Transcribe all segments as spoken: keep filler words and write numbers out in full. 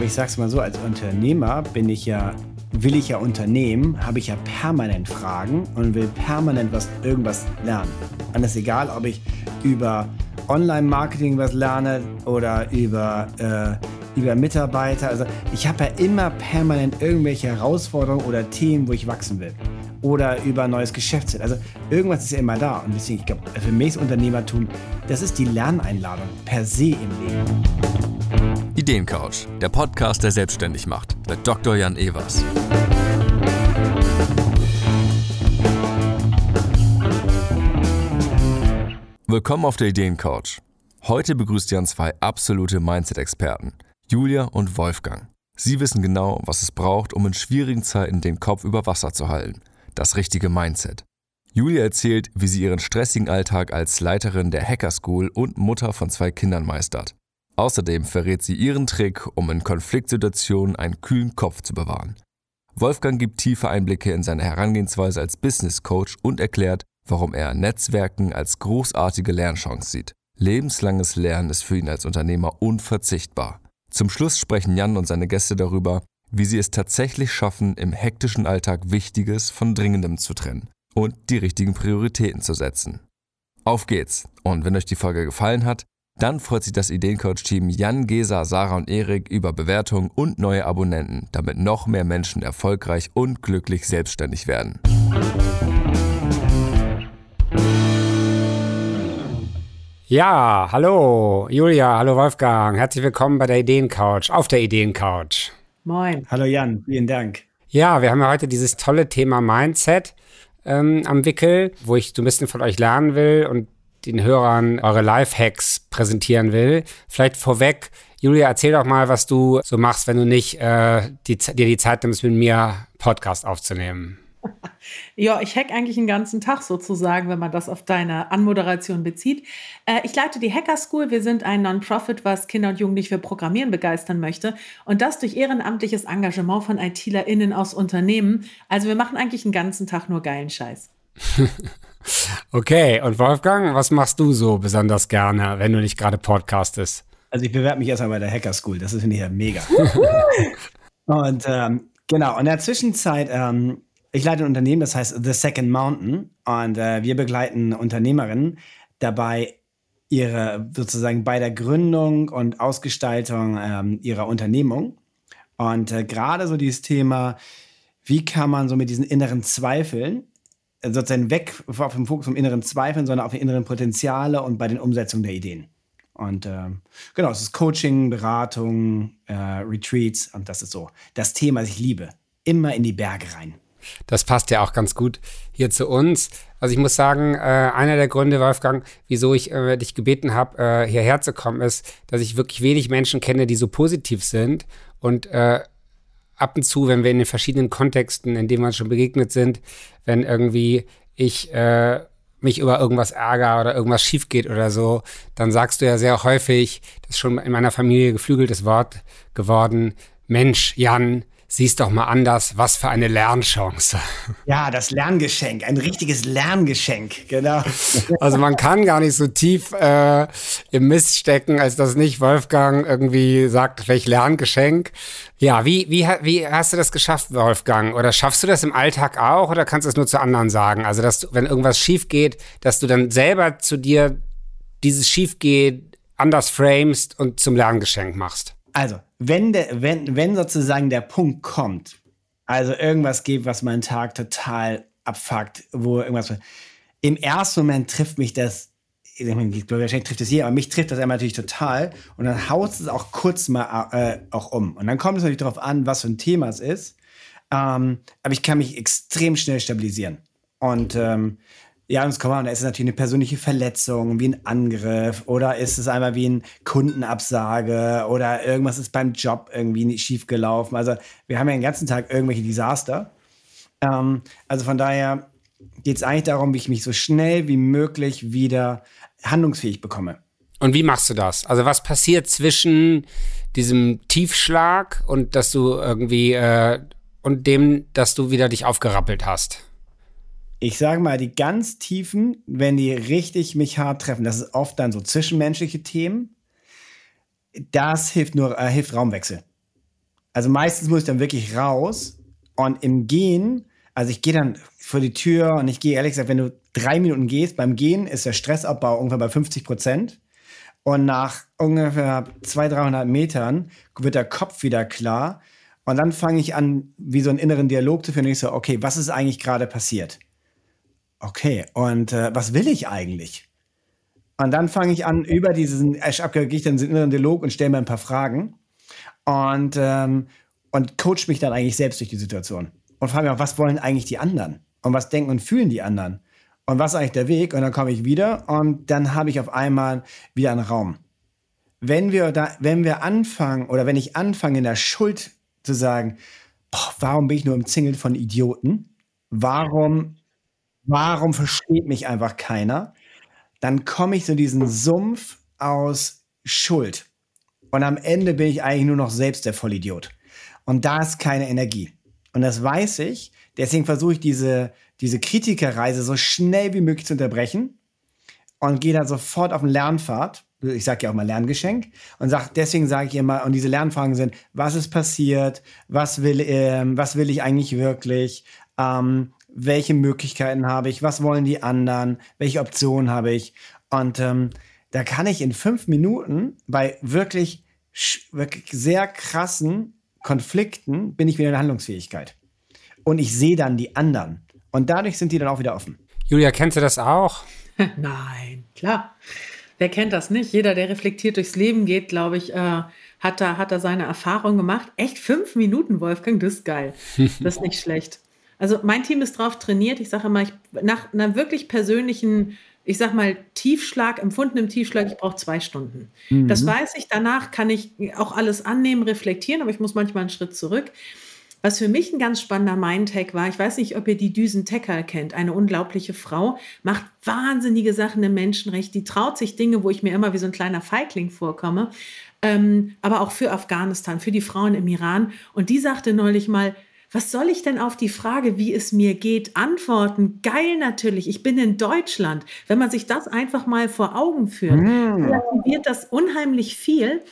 Aber ich sag's mal so, als Unternehmer bin ich ja, will ich ja unternehmen, habe ich ja permanent Fragen und will permanent was, irgendwas lernen. Und es ist egal, ob ich über Online-Marketing was lerne oder über, äh, über Mitarbeiter. Also ich habe ja immer permanent irgendwelche Herausforderungen oder Themen, wo ich wachsen will. Oder über ein neues Geschäftsfeld. Also irgendwas ist ja immer da. Und deswegen, ich glaube, für mich ist Unternehmertum, das ist die Lerneinladung per se im Leben. Ideencouch, der Podcast, der selbstständig macht, mit Doktor Jan Evers. Willkommen auf der Ideencouch. Heute begrüßt Jan zwei absolute Mindset-Experten, Julia und Wolfgang. Sie wissen genau, was es braucht, um in schwierigen Zeiten den Kopf über Wasser zu halten. Das richtige Mindset. Julia erzählt, wie sie ihren stressigen Alltag als Leiterin der Hacker School und Mutter von zwei Kindern meistert. Außerdem verrät sie ihren Trick, um in Konfliktsituationen einen kühlen Kopf zu bewahren. Wolfgang gibt tiefe Einblicke in seine Herangehensweise als Business Coach und erklärt, warum er Netzwerken als großartige Lernchance sieht. Lebenslanges Lernen ist für ihn als Unternehmer unverzichtbar. Zum Schluss sprechen Jan und seine Gäste darüber, wie sie es tatsächlich schaffen, im hektischen Alltag Wichtiges von Dringendem zu trennen und die richtigen Prioritäten zu setzen. Auf geht's! Und wenn euch die Folge gefallen hat, dann freut sich das Ideencoach-Team Jan, Gesa, Sarah und Erik über Bewertungen und neue Abonnenten, damit noch mehr Menschen erfolgreich und glücklich selbstständig werden. Ja, hallo Julia, hallo Wolfgang, herzlich willkommen bei der Ideencouch, auf der Ideencouch. Moin. Hallo Jan, vielen Dank. Ja, wir haben ja heute dieses tolle Thema Mindset ähm, am Wickel, wo ich so ein bisschen von euch lernen will und den Hörern eure Lifehacks präsentieren will. Vielleicht vorweg, Julia, erzähl doch mal, was du so machst, wenn du nicht äh, die, dir die Zeit nimmst, mit mir Podcast aufzunehmen. Ja, ich hack eigentlich den ganzen Tag sozusagen, wenn man das auf deine Anmoderation bezieht. Äh, ich leite die Hacker School. Wir sind ein Non-Profit, was Kinder und Jugendliche für Programmieren begeistern möchte. Und das durch ehrenamtliches Engagement von ITlerInnen aus Unternehmen. Also wir machen eigentlich den ganzen Tag nur geilen Scheiß. Okay, und Wolfgang, was machst du so besonders gerne, wenn du nicht gerade podcastest? Also ich bewerbe mich erstmal bei der Hacker School. Das finde ich ja mega. Und ähm, genau, in der Zwischenzeit... Ähm, Ich leite ein Unternehmen, das heißt The Second Mountain, und äh, wir begleiten Unternehmerinnen dabei, ihre sozusagen bei der Gründung und Ausgestaltung ähm, ihrer Unternehmung. Und äh, gerade so dieses Thema, wie kann man so mit diesen inneren Zweifeln, äh, sozusagen weg vom Fokus vom inneren Zweifeln, sondern auf die inneren Potenziale und bei den Umsetzungen der Ideen. Und äh, genau, es ist Coaching, Beratung, äh, Retreats, und das ist so das Thema, das ich liebe. Immer in die Berge rein. Das passt ja auch ganz gut hier zu uns. Also ich muss sagen, äh, einer der Gründe, Wolfgang, wieso ich äh, dich gebeten habe, äh, hierher zu kommen, ist, dass ich wirklich wenig Menschen kenne, die so positiv sind. Und äh, ab und zu, wenn wir in den verschiedenen Kontexten, in denen wir schon begegnet sind, wenn irgendwie ich äh, mich über irgendwas ärgere oder irgendwas schief geht oder so, dann sagst du ja sehr häufig, das ist schon in meiner Familie geflügeltes Wort geworden, Mensch, Jan, siehst doch mal anders, was für eine Lernchance. Ja, das Lerngeschenk, ein richtiges Lerngeschenk, genau. Also man kann gar nicht so tief äh, im Mist stecken, als dass nicht Wolfgang irgendwie sagt, welch Lerngeschenk. Ja, wie, wie, wie hast du das geschafft, Wolfgang? Oder schaffst du das im Alltag auch oder kannst du es nur zu anderen sagen? Also, dass du, wenn irgendwas schief geht, dass du dann selber zu dir dieses Schiefgeht anders framest und zum Lerngeschenk machst? Also, wenn, der, wenn, wenn sozusagen der Punkt kommt, also irgendwas gibt, was meinen Tag total abfuckt, wo irgendwas, im ersten Moment trifft mich das, ich glaube, wahrscheinlich trifft es hier, aber mich trifft das einmal natürlich total und dann haut es auch kurz mal äh, auch um. Und dann kommt es natürlich darauf an, was für ein Thema es ist, ähm, aber ich kann mich extrem schnell stabilisieren. Und ähm, ja, und es kommt an, da ist es natürlich eine persönliche Verletzung, wie ein Angriff, oder ist es einmal wie ein Kundenabsage oder irgendwas ist beim Job irgendwie nicht schief gelaufen. Also wir haben ja den ganzen Tag irgendwelche Desaster. Ähm, also von daher geht es eigentlich darum, wie ich mich so schnell wie möglich wieder handlungsfähig bekomme. Und wie machst du das? Also was passiert zwischen diesem Tiefschlag und dass du irgendwie äh, und dem, dass du wieder dich aufgerappelt hast? Ich sage mal, die ganz tiefen, wenn die richtig mich hart treffen, das ist oft dann so zwischenmenschliche Themen, das hilft nur, äh, hilft Raumwechsel. Also meistens muss ich dann wirklich raus und im Gehen, also ich gehe dann vor die Tür und ich gehe, ehrlich gesagt, wenn du drei Minuten gehst, beim Gehen ist der Stressabbau ungefähr bei fünfzig Prozent und nach ungefähr zweihundert, dreihundert Metern wird der Kopf wieder klar und dann fange ich an, wie so einen inneren Dialog zu führen und ich so, okay, was ist eigentlich gerade passiert? Okay, und äh, was will ich eigentlich? Und dann fange ich an, über diesen, ich gehe ich dann in den inneren Dialog und stelle mir ein paar Fragen und, ähm, und coach mich dann eigentlich selbst durch die Situation. Und frage mich auch, was wollen eigentlich die anderen? Und was denken und fühlen die anderen? Und was ist eigentlich der Weg? Und dann komme ich wieder und dann habe ich auf einmal wieder einen Raum. Wenn wir, da, wenn wir anfangen oder wenn ich anfange in der Schuld zu sagen, boah, warum bin ich nur umzingelt von Idioten? Warum, warum versteht mich einfach keiner? Dann komme ich zu diesem Sumpf aus Schuld. Und am Ende bin ich eigentlich nur noch selbst der Vollidiot. Und da ist keine Energie. Und das weiß ich. Deswegen versuche ich diese, diese Kritikerreise so schnell wie möglich zu unterbrechen und gehe da sofort auf den Lernpfad. Ich sage ja auch mal Lerngeschenk. Und sag, deswegen sage ich immer, und diese Lernfragen sind, was ist passiert? Was will, ähm, was will ich eigentlich wirklich? Ähm, welche Möglichkeiten habe ich? Was wollen die anderen? Welche Optionen habe ich? Und ähm, da kann ich in fünf Minuten bei wirklich, wirklich sehr krassen Konflikten bin ich wieder in der Handlungsfähigkeit. Und ich sehe dann die anderen. Und dadurch sind die dann auch wieder offen. Julia, kennst du das auch? Nein, klar. Wer kennt das nicht? Jeder, der reflektiert durchs Leben geht, glaube ich, äh, hat da, hat da seine Erfahrung gemacht. Echt fünf Minuten, Wolfgang, das ist geil. Das ist nicht schlecht. Also mein Team ist drauf trainiert. Ich sage immer, ich, nach einer wirklich persönlichen, ich sag mal, Tiefschlag, empfundenem Tiefschlag, ich brauche zwei Stunden. Mhm. Das weiß ich. Danach kann ich auch alles annehmen, reflektieren, aber ich muss manchmal einen Schritt zurück. Was für mich ein ganz spannender Mindhack war, ich weiß nicht, ob ihr die Düsen Tecker kennt, eine unglaubliche Frau, macht wahnsinnige Sachen im Menschenrecht, die traut sich Dinge, wo ich mir immer wie so ein kleiner Feigling vorkomme, ähm, aber auch für Afghanistan, für die Frauen im Iran. Und die sagte neulich mal, was soll ich denn auf die Frage, wie es mir geht, antworten? Geil natürlich, ich bin in Deutschland. Wenn man sich das einfach mal vor Augen führt, relativiert das unheimlich viel.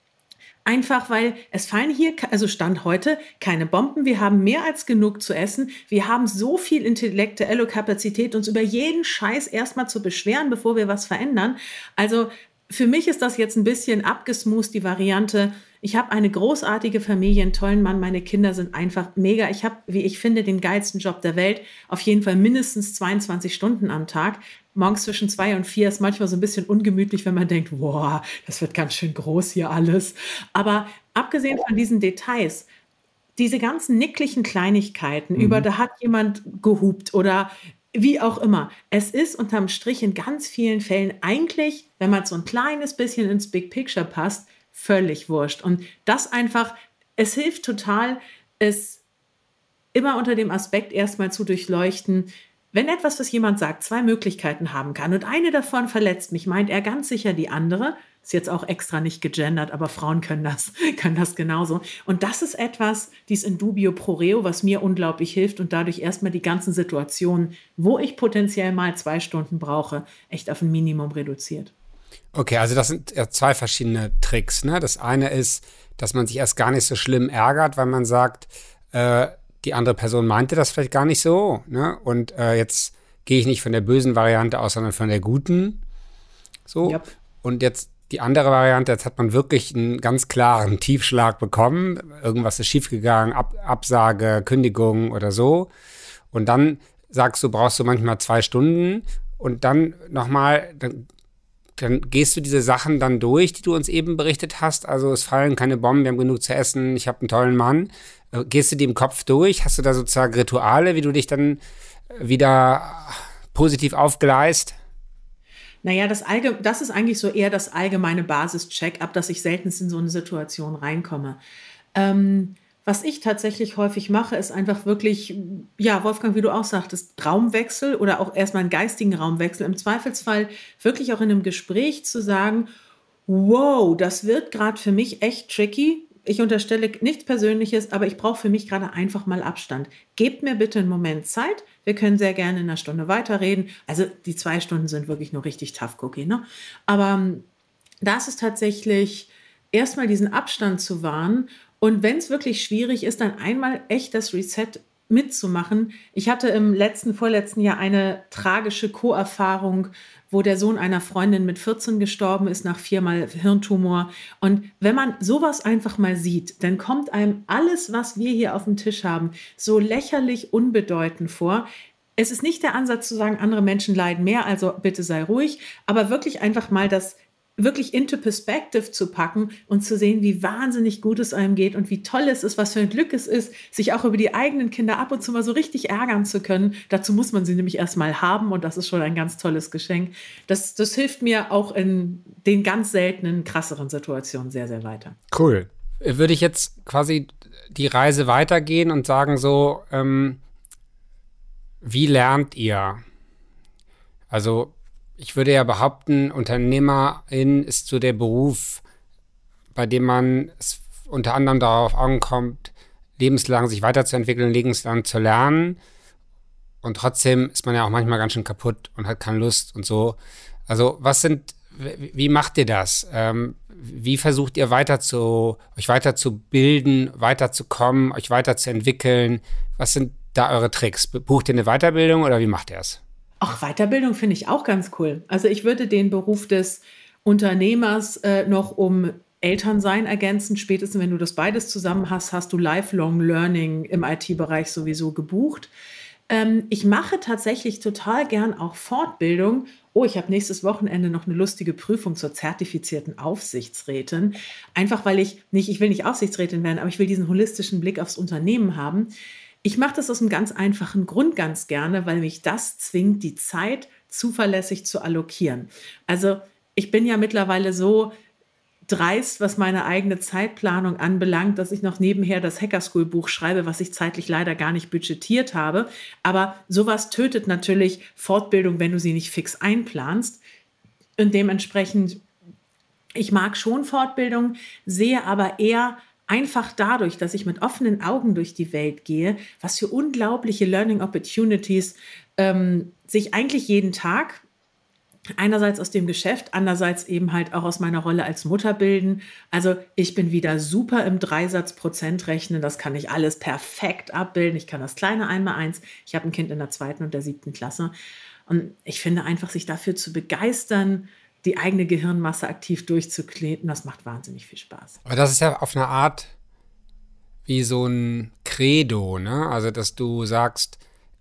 Einfach, weil es fallen hier, also Stand heute, keine Bomben. Wir haben mehr als genug zu essen. Wir haben so viel intellektuelle Kapazität, uns über jeden Scheiß erstmal zu beschweren, bevor wir was verändern. Also für mich ist das jetzt ein bisschen abgesmoost, die Variante. Ich habe eine großartige Familie, einen tollen Mann. Meine Kinder sind einfach mega. Ich habe, wie ich finde, den geilsten Job der Welt. Auf jeden Fall mindestens zweiundzwanzig Stunden am Tag. Morgens zwischen zwei und vier ist manchmal so ein bisschen ungemütlich, wenn man denkt, boah, das wird ganz schön groß hier alles. Aber abgesehen von diesen Details, diese ganzen nicklichen Kleinigkeiten, mhm. über da hat jemand gehupt oder wie auch immer. Es ist unterm Strich in ganz vielen Fällen eigentlich, wenn man so ein kleines bisschen ins Big Picture passt, völlig wurscht. Und das einfach, es hilft total, es immer unter dem Aspekt erstmal zu durchleuchten, wenn etwas, was jemand sagt, zwei Möglichkeiten haben kann und eine davon verletzt mich, meint er ganz sicher die andere. Ist jetzt auch extra nicht gegendert, aber Frauen können das, können das genauso. Und das ist etwas, dies in dubio pro reo, was mir unglaublich hilft und dadurch erstmal die ganzen Situationen, wo ich potenziell mal zwei Stunden brauche, echt auf ein Minimum reduziert. Okay, also das sind ja zwei verschiedene Tricks, ne? Das eine ist, dass man sich erst gar nicht so schlimm ärgert, weil man sagt, äh, die andere Person meinte das vielleicht gar nicht so, ne? Und äh, jetzt gehe ich nicht von der bösen Variante aus, sondern von der guten. So. Yep. Und jetzt die andere Variante, jetzt hat man wirklich einen ganz klaren Tiefschlag bekommen. Irgendwas ist schiefgegangen, Ab- Absage, Kündigung oder so. Und dann sagst du, brauchst du manchmal zwei Stunden und dann nochmal, dann, dann gehst du diese Sachen dann durch, die du uns eben berichtet hast. Also es fallen keine Bomben, wir haben genug zu essen, ich habe einen tollen Mann. Gehst du die im Kopf durch? Hast du da sozusagen Rituale, wie du dich dann wieder positiv aufgleist? Naja, das, Allge- das ist eigentlich so eher das allgemeine Basis-Check-up, dass ich seltenst in so eine Situation reinkomme. Ähm, was ich tatsächlich häufig mache, ist einfach wirklich, ja, Wolfgang, wie du auch sagtest, Raumwechsel oder auch erstmal einen geistigen Raumwechsel. Im Zweifelsfall wirklich auch in einem Gespräch zu sagen, wow, das wird gerade für mich echt tricky. Ich unterstelle nichts Persönliches, aber ich brauche für mich gerade einfach mal Abstand. Gebt mir bitte einen Moment Zeit. Wir können sehr gerne in einer Stunde weiterreden. Also die zwei Stunden sind wirklich nur richtig tough cookie, ne? Aber ähm, da ist es tatsächlich, erstmal diesen Abstand zu wahren Und wenn es wirklich schwierig ist, dann einmal echt das Reset mitzumachen. Ich hatte im letzten, vorletzten Jahr eine tragische Co-Erfahrung, wo der Sohn einer Freundin mit vierzehn gestorben ist nach viermal Hirntumor. Und wenn man sowas einfach mal sieht, dann kommt einem alles, was wir hier auf dem Tisch haben, so lächerlich unbedeutend vor. Es ist nicht der Ansatz zu sagen, andere Menschen leiden mehr, also bitte sei ruhig, aber wirklich einfach mal das wirklich into perspective zu packen und zu sehen, wie wahnsinnig gut es einem geht und wie toll es ist, was für ein Glück es ist, sich auch über die eigenen Kinder ab und zu mal so richtig ärgern zu können. Dazu muss man sie nämlich erstmal haben und das ist schon ein ganz tolles Geschenk. Das, das hilft mir auch in den ganz seltenen, krasseren Situationen sehr, sehr weiter. Cool. Würde ich jetzt quasi die Reise weitergehen und sagen so, ähm, wie lernt ihr? Also ich würde ja behaupten, Unternehmerin ist so der Beruf, bei dem man es unter anderem darauf ankommt, lebenslang sich weiterzuentwickeln, lebenslang zu lernen. Und trotzdem ist man ja auch manchmal ganz schön kaputt und hat keine Lust und so. Also was sind, wie macht ihr das? Ähm, wie versucht ihr weiter zu, euch weiterzubilden, weiterzukommen, euch weiterzuentwickeln? Was sind da eure Tricks? Bucht ihr eine Weiterbildung oder wie macht ihr es? Auch Weiterbildung finde ich auch ganz cool. Also ich würde den Beruf des Unternehmers äh, noch um Elternsein ergänzen. Spätestens, wenn du das beides zusammen hast, hast du Lifelong Learning im I T-Bereich sowieso gebucht. Ähm, ich mache tatsächlich total gern auch Fortbildung. Oh, ich habe nächstes Wochenende noch eine lustige Prüfung zur zertifizierten Aufsichtsrätin. Einfach weil ich nicht, ich will nicht Aufsichtsrätin werden, aber ich will diesen holistischen Blick aufs Unternehmen haben. Ich mache das aus einem ganz einfachen Grund ganz gerne, weil mich das zwingt, die Zeit zuverlässig zu allokieren. Also ich bin ja mittlerweile so dreist, was meine eigene Zeitplanung anbelangt, dass ich noch nebenher das Hackerschool-Buch schreibe, was ich zeitlich leider gar nicht budgetiert habe. Aber sowas tötet natürlich Fortbildung, wenn du sie nicht fix einplanst. Und dementsprechend, ich mag schon Fortbildung, sehe aber eher einfach dadurch, dass ich mit offenen Augen durch die Welt gehe, was für unglaubliche Learning Opportunities ähm, sich eigentlich jeden Tag einerseits aus dem Geschäft, andererseits eben halt auch aus meiner Rolle als Mutter bilden. Also ich bin wieder super im Dreisatz-Prozent rechnen. Das kann ich alles perfekt abbilden. Ich kann das kleine Einmaleins. Ich habe ein Kind in der zweiten und der siebten Klasse. Und ich finde einfach, sich dafür zu begeistern, die eigene Gehirnmasse aktiv durchzukleten, das macht wahnsinnig viel Spaß. Aber das ist ja auf eine Art wie so ein Credo, ne? Also, dass du sagst,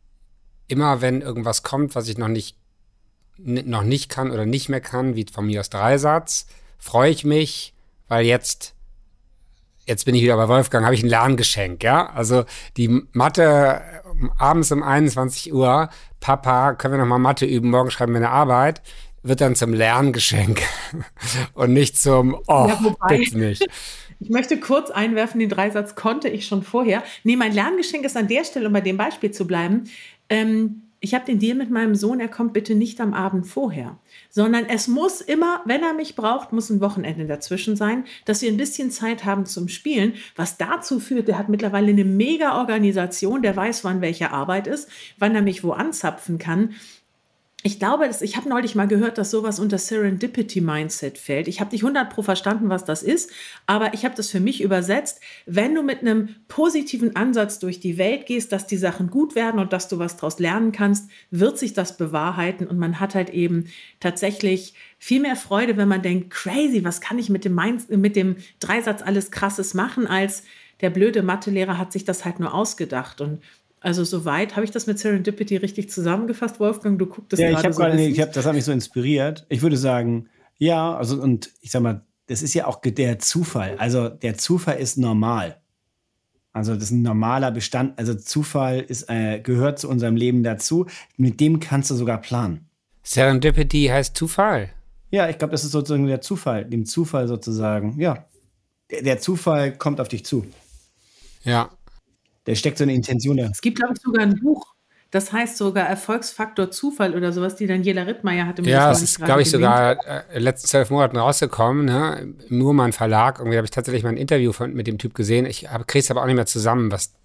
immer wenn irgendwas kommt, was ich noch nicht, n- noch nicht kann oder nicht mehr kann, wie von mir aus Dreisatz, freue ich mich, weil jetzt, jetzt bin ich wieder bei Wolfgang, habe ich ein Lerngeschenk, ja? Also die Mathe abends um einundzwanzig Uhr, Papa, können wir noch mal Mathe üben, morgen schreiben wir eine Arbeit, wird dann zum Lerngeschenk und nicht zum, oh, ja, wobei, bitte nicht. Ich möchte kurz einwerfen, den Dreisatz konnte ich schon vorher. Nee, mein Lerngeschenk ist an der Stelle, um bei dem Beispiel zu bleiben, ähm, ich habe den Deal mit meinem Sohn, er kommt bitte nicht am Abend vorher, sondern es muss immer, wenn er mich braucht, muss ein Wochenende dazwischen sein, dass wir ein bisschen Zeit haben zum Spielen, was dazu führt, der hat mittlerweile eine mega Organisation, der weiß, wann welche Arbeit ist, wann er mich wo anzapfen kann. Ich glaube, dass, ich habe neulich mal gehört, dass sowas unter Serendipity-Mindset fällt. Ich habe nicht hundert Pro verstanden, was das ist, aber ich habe das für mich übersetzt. Wenn du mit einem positiven Ansatz durch die Welt gehst, dass die Sachen gut werden und dass du was daraus lernen kannst, wird sich das bewahrheiten und man hat halt eben tatsächlich viel mehr Freude, wenn man denkt, crazy, was kann ich mit dem, Mind- mit dem Dreisatz alles Krasses machen, als der blöde Mathelehrer hat sich das halt nur ausgedacht. Und also soweit, habe ich das mit Serendipity richtig zusammengefasst, Wolfgang? Du guckst das ja, gerade ich so. Grade, nee, ich hab, das hat mich so inspiriert. Ich würde sagen, ja, also und ich sag mal, das ist ja auch der Zufall. Also der Zufall ist normal. Also das ist ein normaler Bestand. Also Zufall ist, äh, gehört zu unserem Leben dazu. Mit dem kannst du sogar planen. Serendipity heißt Zufall. Ja, ich glaube, das ist sozusagen der Zufall. Dem Zufall sozusagen, ja. Der, der Zufall kommt auf dich zu. Ja. Der steckt so eine Intention da. Es gibt, glaube ich, sogar ein Buch, das heißt sogar Erfolgsfaktor Zufall oder sowas, die Daniela Rittmeier hatte. Mir ja, das das ist, glaube ich, gewinnt. sogar äh, letzten zwölf Monaten rausgekommen. Ne? Nur mein Verlag. Irgendwie habe ich tatsächlich mal ein Interview von, mit dem Typ gesehen. Ich kriege es aber auch nicht mehr zusammen, was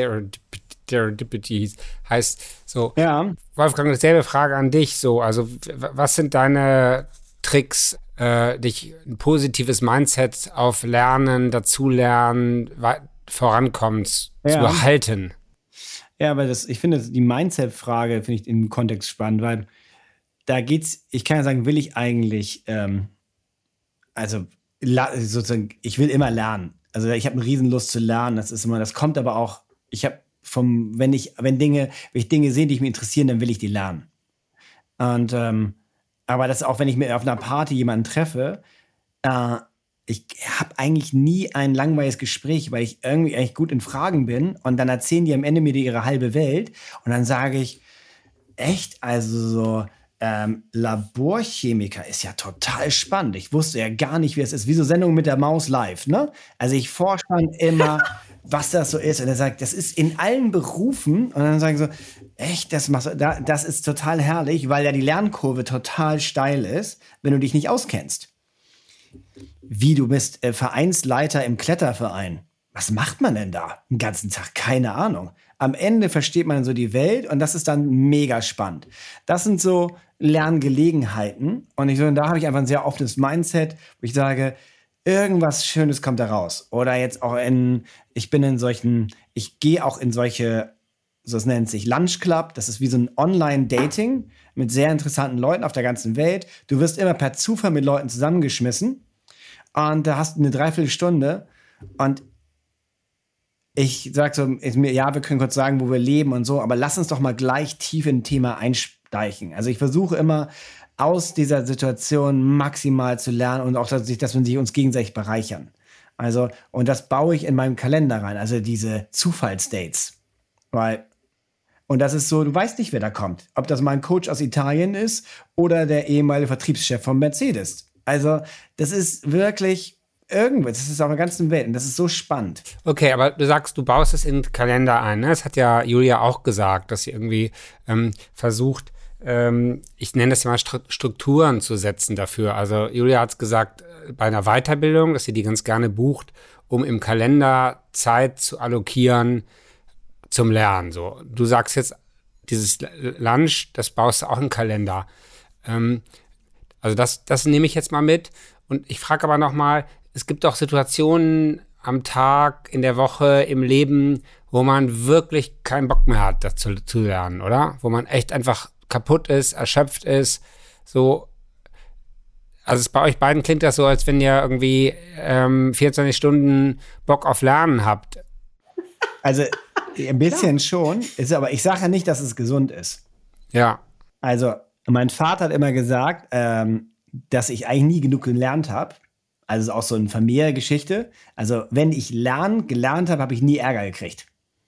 Serendipity heißt. So, ja. Wolfgang, dasselbe Frage an dich. So, also, w- was sind deine Tricks, äh, dich ein positives Mindset auf Lernen, Dazulernen, wei- Vorankommen zu Ja. erhalten? Ja, aber das, ich finde, die Mindset-Frage finde ich im Kontext spannend, weil da geht's, ich kann ja sagen, will ich eigentlich, ähm, also la- sozusagen, ich will immer lernen. Also ich habe eine Riesenlust zu lernen, das ist immer, das kommt aber auch, ich habe vom, wenn ich, wenn Dinge, wenn ich Dinge sehe, die mich interessieren, dann will ich die lernen. Und, ähm, aber das auch, wenn ich mir auf einer Party jemanden treffe, äh, ich habe eigentlich nie ein langweiliges Gespräch, weil ich irgendwie eigentlich gut in Fragen bin und dann erzählen die am Ende mir die ihre halbe Welt und dann sage ich, echt, also so ähm, Laborchemiker ist ja total spannend. Ich wusste ja gar nicht, wie es ist. Wie so Sendung mit der Maus live, ne? Also ich forsche dann immer, was das so ist. Und er sagt, das ist in allen Berufen. Und dann sagen so, echt, das machst du, da, das ist total herrlich, weil ja die Lernkurve total steil ist, wenn du dich nicht auskennst. Wie, du bist äh, Vereinsleiter im Kletterverein. Was macht man denn da? Den ganzen Tag? Keine Ahnung. Am Ende versteht man so die Welt und das ist dann mega spannend. Das sind so Lerngelegenheiten und ich, so, und da habe ich einfach ein sehr offenes Mindset, wo ich sage, irgendwas Schönes kommt da raus. Oder jetzt auch in, ich bin in solchen, ich gehe auch in solche, so es nennt sich Lunch Club, das ist wie so ein Online-Dating mit sehr interessanten Leuten auf der ganzen Welt. Du wirst immer per Zufall mit Leuten zusammengeschmissen und da hast du eine Dreiviertelstunde und ich sag so, ist mir, ja, wir können kurz sagen, wo wir leben und so, aber lass uns doch mal gleich tief in ein Thema einsteigen. Also ich versuche immer, aus dieser Situation maximal zu lernen und auch, dass, sich, dass wir sich uns gegenseitig bereichern. Also, und das baue ich in meinem Kalender rein, also diese Zufallsdates. Weil, und das ist so, du weißt nicht, wer da kommt. Ob das mal ein Coach aus Italien ist oder der ehemalige Vertriebschef von Mercedes. Also, das ist wirklich irgendwas, das ist auf der ganzen Welt und das ist so spannend. Okay, aber du sagst, du baust es in den Kalender ein. Ne? Das hat ja Julia auch gesagt, dass sie irgendwie ähm, versucht, ähm, ich nenne das ja mal Stru- Strukturen zu setzen dafür. Also Julia hat es gesagt, bei einer Weiterbildung, dass sie die ganz gerne bucht, um im Kalender Zeit zu allokieren zum Lernen. So, du sagst jetzt, dieses Lunch, das baust du auch im Kalender. Ähm, also das, das nehme ich jetzt mal mit. Und ich frage aber noch mal, es gibt auch Situationen am Tag, in der Woche, im Leben, wo man wirklich keinen Bock mehr hat, dazu zu lernen, oder? Wo man echt einfach kaputt ist, erschöpft ist. So, also es, bei euch beiden klingt das so, als wenn ihr irgendwie ähm, vierundzwanzig Stunden Bock auf Lernen habt. Also ein bisschen schon, ist, aber ich sage ja nicht, dass es gesund ist. Ja. Also mein Vater hat immer gesagt, ähm, dass ich eigentlich nie genug gelernt habe. Also es ist auch so eine Familiengeschichte. Also wenn ich lernen, gelernt habe, habe ich nie Ärger gekriegt.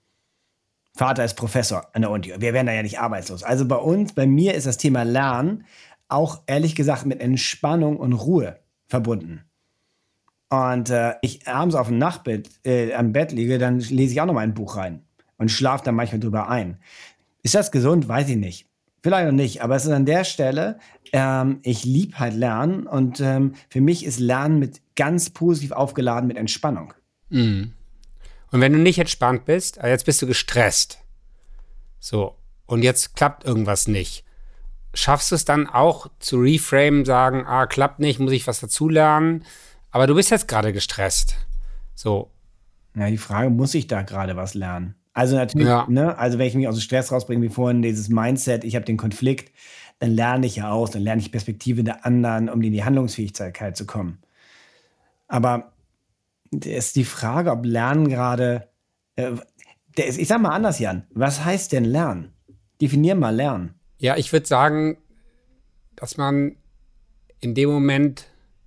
Vater ist Professor an der Uni. Wir wären da ja nicht arbeitslos. Also bei uns, bei mir ist das Thema Lernen auch ehrlich gesagt mit Entspannung und Ruhe verbunden. Und äh, ich abends auf dem Nachtbett, äh, am Bett liege, dann lese ich auch noch mal ein Buch rein und schlafe dann manchmal drüber ein. Ist das gesund? Weiß ich nicht. Vielleicht noch nicht, aber es ist an der Stelle, ähm, ich liebe halt Lernen und ähm, für mich ist Lernen mit ganz positiv aufgeladen mit Entspannung. Mhm. Und wenn du nicht entspannt bist, also jetzt bist du gestresst. So, und jetzt klappt irgendwas nicht. Schaffst du es dann auch zu reframen, sagen, ah, klappt nicht, muss ich was dazulernen? Aber du bist jetzt gerade gestresst. So. Ja, die Frage, muss ich da gerade was lernen? Also natürlich, Ja. ne, also wenn ich mich aus dem Stress rausbringe, wie vorhin dieses Mindset, ich habe den Konflikt, dann lerne ich ja aus, dann lerne ich Perspektive der anderen, um in die Handlungsfähigkeit zu kommen. Aber ist die Frage, ob Lernen gerade, äh, der ist, ich sag mal anders, Jan, was heißt denn Lernen? Definier mal Lernen. Ja, ich würde sagen, dass man in dem Moment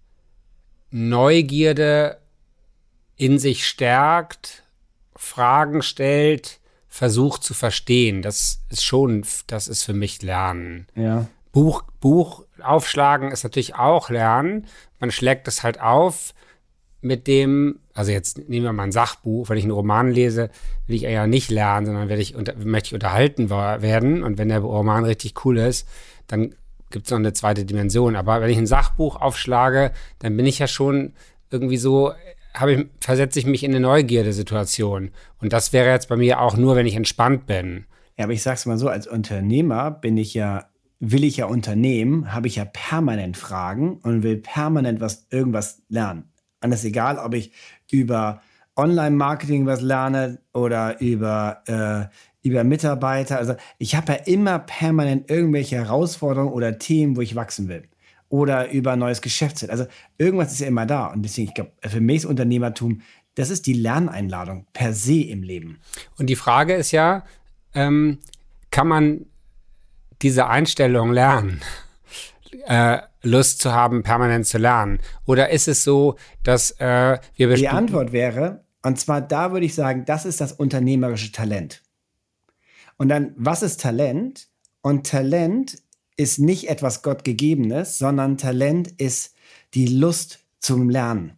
Neugierde in sich stärkt, Fragen stellt, versucht zu verstehen. Das ist schon, das ist für mich Lernen. Ja. Buch, Buch aufschlagen ist natürlich auch Lernen. Man schlägt es halt auf mit dem, also jetzt nehmen wir mal ein Sachbuch, wenn ich einen Roman lese, will ich eher nicht lernen, sondern werde ich unter, möchte ich unterhalten werden. Und wenn der Roman richtig cool ist, dann gibt es noch eine zweite Dimension. Aber wenn ich ein Sachbuch aufschlage, dann bin ich ja schon irgendwie so, habe ich, versetze ich mich in eine Neugierde-Situation. Und das wäre jetzt bei mir auch nur, wenn ich entspannt bin. Ja, aber ich sag's mal so, als Unternehmer bin ich ja will ich ja unternehmen, habe ich ja permanent Fragen und will permanent was, irgendwas lernen. Und es ist egal, ob ich über Online-Marketing was lerne oder über, äh, über Mitarbeiter. Also ich habe ja immer permanent irgendwelche Herausforderungen oder Themen, wo ich wachsen will. Oder über ein neues Geschäftsfeld. Also irgendwas ist ja immer da. Und deswegen, ich glaube, für mich ist Unternehmertum, das ist die Lerneinladung per se im Leben. Und die Frage ist ja, ähm, kann man diese Einstellung lernen? Äh, Lust zu haben, permanent zu lernen? Oder ist es so, dass äh, wir Die Antwort wäre, und zwar da würde ich sagen, das ist das unternehmerische Talent. Und dann, was ist Talent? Und Talent ist nicht etwas Gottgegebenes, sondern Talent ist die Lust zum Lernen.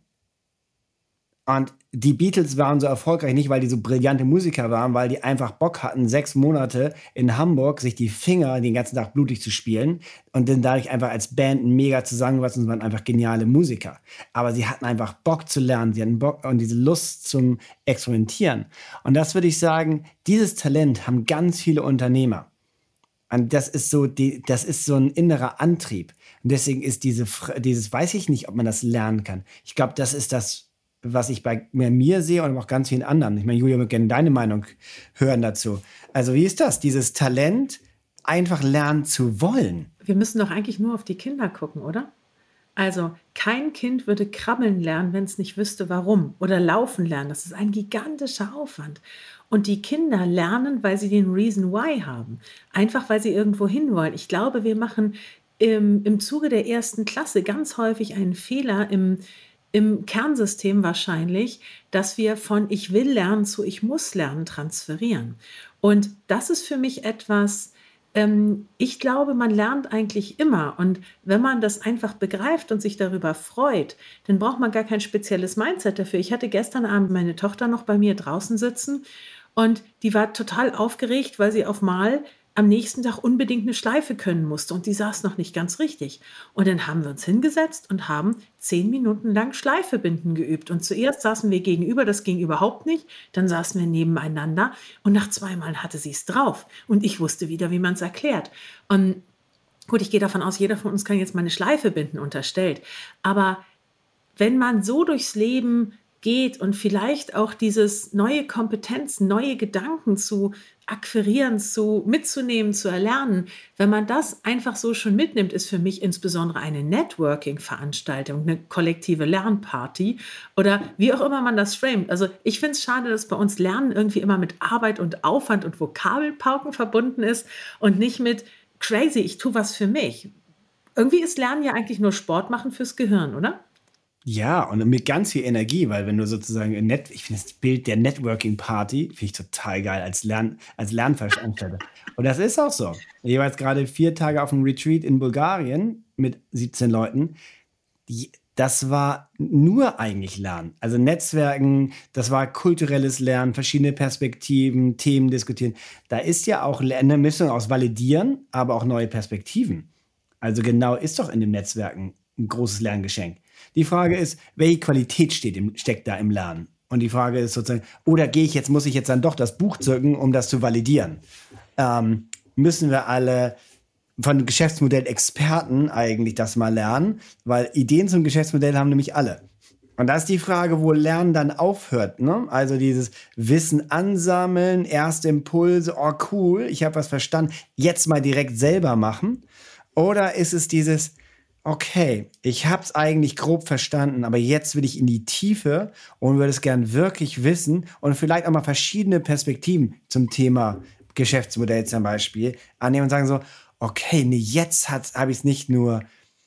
Und die Beatles waren so erfolgreich nicht, weil die so brillante Musiker waren, weil die einfach Bock hatten, sechs Monate in Hamburg sich die Finger den ganzen Tag blutig zu spielen und dann dadurch einfach als Band mega zusammengewachsen und waren einfach geniale Musiker. Aber sie hatten einfach Bock zu lernen, sie hatten Bock und diese Lust zum Experimentieren. Und das würde ich sagen, dieses Talent haben ganz viele Unternehmer. Und das ist so, die, das ist so ein innerer Antrieb. Und deswegen ist diese, dieses, weiß ich nicht, ob man das lernen kann. Ich glaube, das ist das, was ich bei mir sehe und auch ganz vielen anderen. Ich meine, Julia, wir gerne deine Meinung hören dazu. Also wie ist das, dieses Talent, einfach lernen zu wollen? Wir müssen doch eigentlich nur auf die Kinder gucken, oder? Also kein Kind würde krabbeln lernen, wenn es nicht wüsste, warum. Oder laufen lernen. Das ist ein gigantischer Aufwand. Und die Kinder lernen, weil sie den Reason Why haben. Einfach, weil sie irgendwo hinwollen. Ich glaube, wir machen im, im Zuge der ersten Klasse ganz häufig einen Fehler im im Kernsystem wahrscheinlich, dass wir von ich will lernen zu ich muss lernen transferieren. Und das ist für mich etwas, ähm, ich glaube, man lernt eigentlich immer. Und wenn man das einfach begreift und sich darüber freut, dann braucht man gar kein spezielles Mindset dafür. Ich hatte gestern Abend meine Tochter noch bei mir draußen sitzen und die war total aufgeregt, weil sie auf Mal am nächsten Tag unbedingt eine Schleife können musste und die saß noch nicht ganz richtig. Und dann haben wir uns hingesetzt und haben zehn Minuten lang Schleife binden geübt. Und zuerst saßen wir gegenüber, das ging überhaupt nicht. Dann saßen wir nebeneinander und nach zweimal hatte sie es drauf. Und ich wusste wieder, wie man es erklärt. Und gut, ich gehe davon aus, jeder von uns kann jetzt mal eine Schleife binden, unterstellt. Aber wenn man so durchs Leben geht und vielleicht auch dieses neue Kompetenzen, neue Gedanken zu akquirieren, zu mitzunehmen, zu erlernen, wenn man das einfach so schon mitnimmt, ist für mich insbesondere eine Networking-Veranstaltung, eine kollektive Lernparty oder wie auch immer man das framet. Also ich finde es schade, dass bei uns Lernen irgendwie immer mit Arbeit und Aufwand und Vokabelpauken verbunden ist und nicht mit crazy, ich tue was für mich. Irgendwie ist Lernen ja eigentlich nur Sport machen fürs Gehirn, oder? Ja, und mit ganz viel Energie, weil wenn du sozusagen, in Net ich finde das Bild der Networking-Party, finde ich total geil als, Lern als Lernveranstalter. Und das ist auch so. Ich war jetzt gerade vier Tage auf einem Retreat in Bulgarien mit siebzehn Leuten. Die, das war nur eigentlich Lernen. Also Netzwerken, das war kulturelles Lernen, verschiedene Perspektiven, Themen diskutieren. Da ist ja auch eine Mischung aus Validieren, aber auch neue Perspektiven. Also genau ist doch in dem Netzwerken ein großes Lerngeschenk. Die Frage ist, welche Qualität steht im, steckt da im Lernen? Und die Frage ist sozusagen, oder gehe ich jetzt, muss ich jetzt dann doch das Buch zücken, um das zu validieren? Ähm, müssen wir alle von Geschäftsmodell Experten eigentlich das mal lernen? Weil Ideen zum Geschäftsmodell haben nämlich alle. Und da ist die Frage, wo Lernen dann aufhört. Ne? Also dieses Wissen ansammeln, erste Impulse, oh cool, ich habe was verstanden, jetzt mal direkt selber machen. Oder ist es dieses, okay, ich habe es eigentlich grob verstanden, aber jetzt will ich in die Tiefe und würde es gern wirklich wissen und vielleicht auch mal verschiedene Perspektiven zum Thema Geschäftsmodell zum Beispiel annehmen und sagen so, okay, nee, jetzt habe ich es nicht nur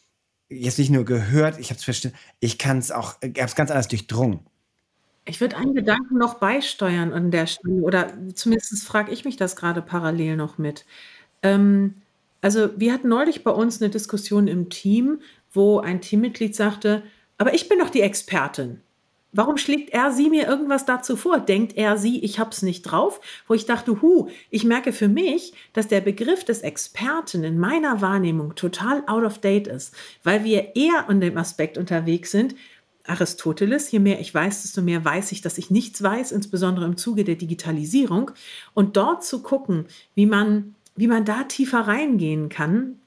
jetzt nicht nur gehört, ich habe es verstanden, ich kann es auch, ich habe es ganz anders durchdrungen. Ich würde einen Gedanken noch beisteuern an der Stelle oder zumindest frage ich mich das gerade parallel noch mit. Ähm, Also wir hatten neulich bei uns eine Diskussion im Team, wo ein Teammitglied sagte, aber ich bin doch die Expertin. Warum schlägt er sie mir irgendwas dazu vor? Denkt er sie, ich hab's nicht drauf? Wo ich dachte, hu, ich merke für mich, dass der Begriff des Experten in meiner Wahrnehmung total out of date ist, weil wir eher an dem Aspekt unterwegs sind, Aristoteles, je mehr ich weiß, desto mehr weiß ich, dass ich nichts weiß, insbesondere im Zuge der Digitalisierung. Und dort zu gucken, wie man wie man da tiefer reingehen kann,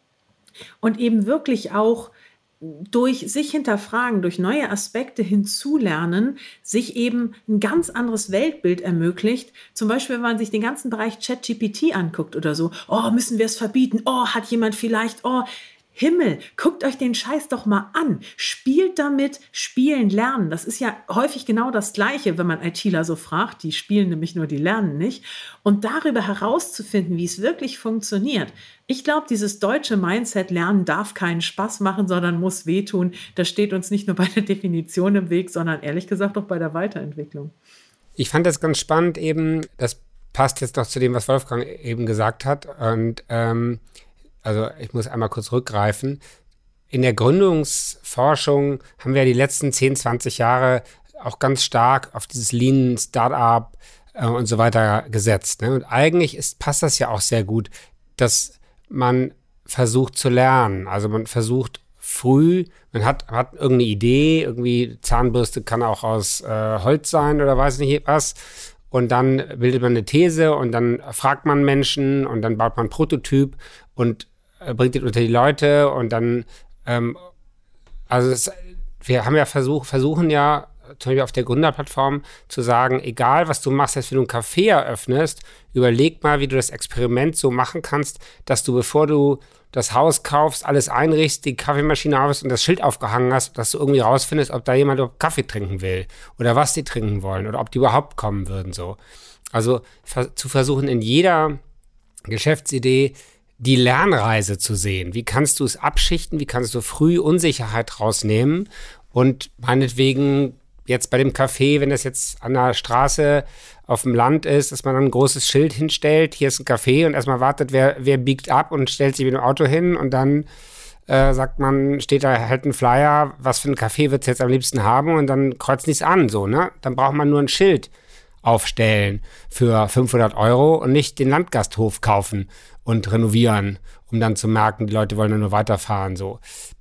und eben wirklich auch durch sich hinterfragen, durch neue Aspekte hinzulernen, sich eben ein ganz anderes Weltbild ermöglicht. Zum Beispiel, wenn man sich den ganzen Bereich ChatGPT anguckt oder so. Oh, müssen wir es verbieten? Oh, hat jemand vielleicht, oh, Himmel, guckt euch den Scheiß doch mal an. Spielt damit, spielen, lernen. Das ist ja häufig genau das Gleiche, wenn man ITler so fragt. Die spielen nämlich nur, die lernen nicht. Und darüber herauszufinden, wie es wirklich funktioniert. Ich glaube, dieses deutsche Mindset, Lernen darf keinen Spaß machen, sondern muss wehtun. Das steht uns nicht nur bei der Definition im Weg, sondern ehrlich gesagt auch bei der Weiterentwicklung. Ich fand das ganz spannend eben, das passt jetzt noch zu dem, was Wolfgang eben gesagt hat. Und ähm, also ich muss einmal kurz rückgreifen. In der Gründungsforschung haben wir die letzten zehn, zwanzig Jahre auch ganz stark auf dieses Lean Startup äh, und so weiter gesetzt. Ne? Und eigentlich ist, passt das ja auch sehr gut, dass man versucht zu lernen. Also man versucht früh, man hat, hat irgendeine Idee, irgendwie Zahnbürste kann auch aus äh, Holz sein oder weiß nicht was. Und dann bildet man eine These und dann fragt man Menschen und dann baut man einen Prototyp und äh, bringt den unter die Leute und dann, ähm, also es, wir haben ja versuch, versuchen ja zum Beispiel auf der Gründerplattform zu sagen, egal was du machst, jetzt wenn du einen Café eröffnest, überleg mal, wie du das Experiment so machen kannst, dass du, bevor du das Haus kaufst, alles einrichtest, die Kaffeemaschine aufhast und das Schild aufgehangen hast, dass du irgendwie rausfindest, ob da jemand überhaupt Kaffee trinken will oder was die trinken wollen oder ob die überhaupt kommen würden. So. Also ver- zu versuchen, in jeder Geschäftsidee die Lernreise zu sehen. Wie kannst du es abschichten? Wie kannst du früh Unsicherheit rausnehmen? Und meinetwegen jetzt bei dem Café, wenn das jetzt an der Straße auf dem Land ist, dass man dann ein großes Schild hinstellt, hier ist ein Café und erstmal wartet, wer, wer biegt ab und stellt sich mit dem Auto hin und dann äh, sagt man, steht da halt ein Flyer, was für ein Café wird es jetzt am liebsten haben und dann kreuzt nichts an, so, ne? Dann braucht man nur ein Schild aufstellen für fünfhundert Euro und nicht den Landgasthof kaufen und renovieren, um dann zu merken, die Leute wollen nur weiterfahren, so.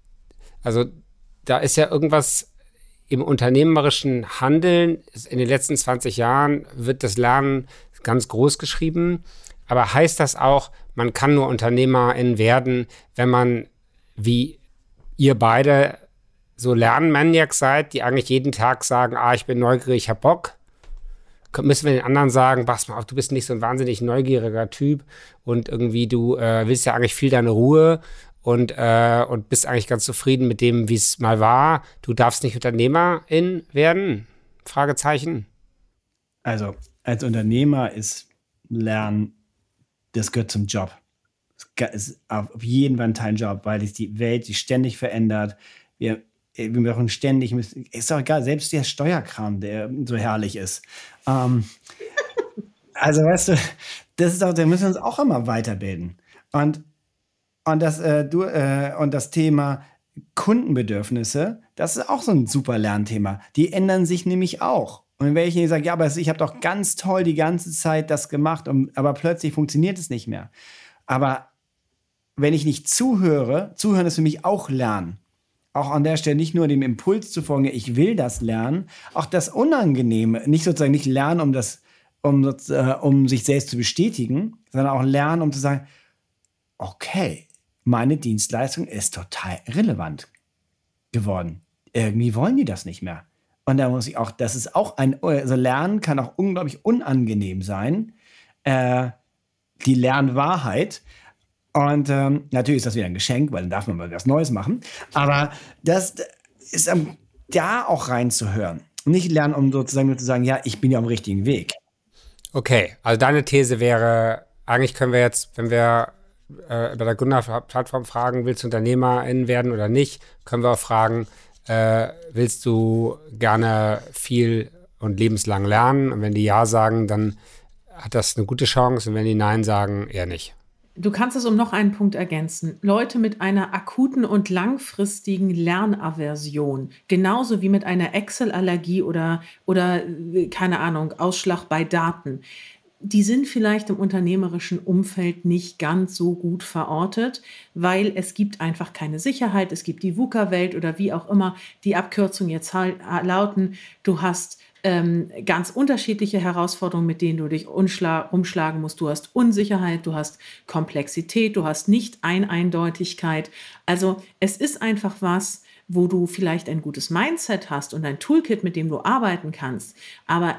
Also da ist ja irgendwas im unternehmerischen Handeln. In den letzten zwanzig Jahren wird das Lernen ganz groß geschrieben. Aber heißt das auch, man kann nur Unternehmerin werden, wenn man, wie ihr beide, so Lernmaniacs seid, die eigentlich jeden Tag sagen, ah, ich bin neugierig, ich hab Bock? Müssen wir den anderen sagen, pass mal auf, du bist nicht so ein wahnsinnig neugieriger Typ und irgendwie du äh, willst ja eigentlich viel deine Ruhe und, äh, und bist eigentlich ganz zufrieden mit dem, wie es mal war. Du darfst nicht Unternehmerin werden? Fragezeichen. Also, als Unternehmer ist Lernen, das gehört zum Job. Es ist auf jeden Fall ein Teil Job, weil sich die Welt sich ständig verändert. Wir, wir brauchen ständig, ist doch egal, selbst der Steuerkram, der so herrlich ist. Ähm, also, weißt du, das ist auch, da müssen wir uns auch immer weiterbilden. Und Und das, äh, du, äh, und das Thema Kundenbedürfnisse, das ist auch so ein super Lernthema. Die ändern sich nämlich auch. Und wenn ich nicht sage, ja, aber ich habe doch ganz toll die ganze Zeit das gemacht, und, aber plötzlich funktioniert es nicht mehr. Aber wenn ich nicht zuhöre, zuhören ist für mich auch Lernen. Auch an der Stelle nicht nur dem Impuls zu folgen, ich will das lernen, auch das Unangenehme, nicht sozusagen nicht lernen, um, das, um, äh, um sich selbst zu bestätigen, sondern auch lernen, um zu sagen, okay, meine Dienstleistung ist total relevant geworden. Irgendwie wollen die das nicht mehr. Und da muss ich auch, das ist auch ein, also Lernen kann auch unglaublich unangenehm sein. Äh, die Lernwahrheit. Und ähm, natürlich ist das wieder ein Geschenk, weil dann darf man mal was Neues machen. Aber das ist ähm, da auch reinzuhören. Nicht lernen, um sozusagen nur zu sagen, ja, ich bin ja am richtigen Weg. Okay, also deine These wäre, eigentlich können wir jetzt, wenn wir äh, bei der Gründerplattform fragen, willst du Unternehmerin werden oder nicht, können wir auch fragen, äh, willst du gerne viel und lebenslang lernen? Und wenn die Ja sagen, dann hat das eine gute Chance. Und wenn die Nein sagen, eher nicht. Du kannst es um noch einen Punkt ergänzen. Leute mit einer akuten und langfristigen Lernaversion, genauso wie mit einer Excel-Allergie oder, oder, keine Ahnung, Ausschlag bei Daten, die sind vielleicht im unternehmerischen Umfeld nicht ganz so gut verortet, weil es gibt einfach keine Sicherheit. Es gibt die VUCA-Welt oder wie auch immer die Abkürzungen jetzt lauten. Du hast ähm, ganz unterschiedliche Herausforderungen, mit denen du dich unschla- umschlagen musst. Du hast Unsicherheit, du hast Komplexität, du hast Nicht-Ein-Eindeutigkeit. Also es ist einfach was, wo du vielleicht ein gutes Mindset hast und ein Toolkit, mit dem du arbeiten kannst. Aber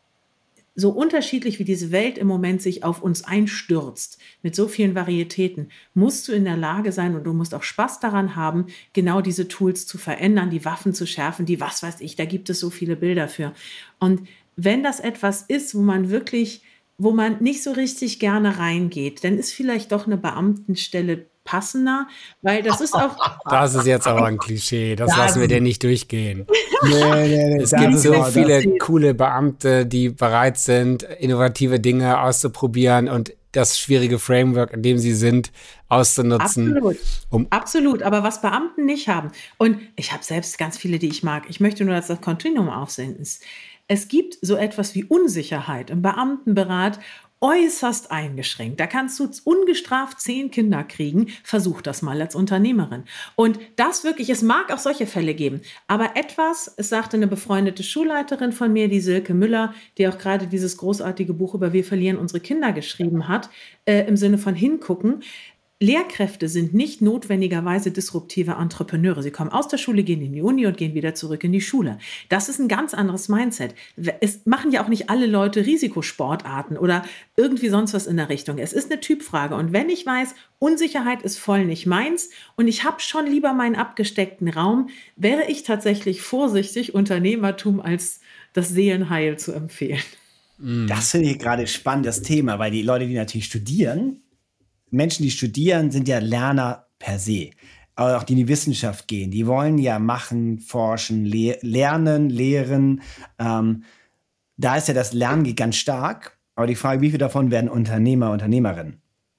so unterschiedlich wie diese Welt im Moment sich auf uns einstürzt, mit so vielen Varietäten, musst du in der Lage sein und du musst auch Spaß daran haben, genau diese Tools zu verändern, die Waffen zu schärfen, die was weiß ich, da gibt es so viele Bilder für. Und wenn das etwas ist, wo man wirklich, wo man nicht so richtig gerne reingeht, dann ist vielleicht doch eine Beamtenstelle passender, weil das ist auch... Das ist jetzt aber ein Klischee, das, das lassen wir dir nicht durchgehen. Nee, nee, nee, es gibt so viele coole Beamte, die bereit sind, innovative Dinge auszuprobieren und das schwierige Framework, in dem sie sind, auszunutzen. Absolut, um absolut. Aber was Beamten nicht haben, und ich habe selbst ganz viele, die ich mag, ich möchte nur, dass das Kontinuum aufsehen ist. Es gibt so etwas wie Unsicherheit im Beamtenberat äußerst eingeschränkt. Da kannst du ungestraft zehn Kinder kriegen. Versuch das mal als Unternehmerin. Und das wirklich, es mag auch solche Fälle geben. Aber etwas, es sagte eine befreundete Schulleiterin von mir, die Silke Müller, die auch gerade dieses großartige Buch über Wir verlieren unsere Kinder geschrieben hat, äh, im Sinne von hingucken. Lehrkräfte sind nicht notwendigerweise disruptive Entrepreneure. Sie kommen aus der Schule, gehen in die Uni und gehen wieder zurück in die Schule. Das ist ein ganz anderes Mindset. Es machen ja auch nicht alle Leute Risikosportarten oder irgendwie sonst was in der Richtung. Es ist eine Typfrage. Und wenn ich weiß, Unsicherheit ist voll nicht meins und ich habe schon lieber meinen abgesteckten Raum, wäre ich tatsächlich vorsichtig, Unternehmertum als das Seelenheil zu empfehlen. Das finde ich gerade spannend, das Thema, weil die Leute, die natürlich studieren, Menschen, die studieren, sind ja Lerner per se. Aber auch die in die Wissenschaft gehen, die wollen ja machen, forschen, le- lernen, lehren. Ähm, da ist ja das Lernen ganz stark. Aber die Frage, wie viele davon werden Unternehmer, Unternehmerinnen?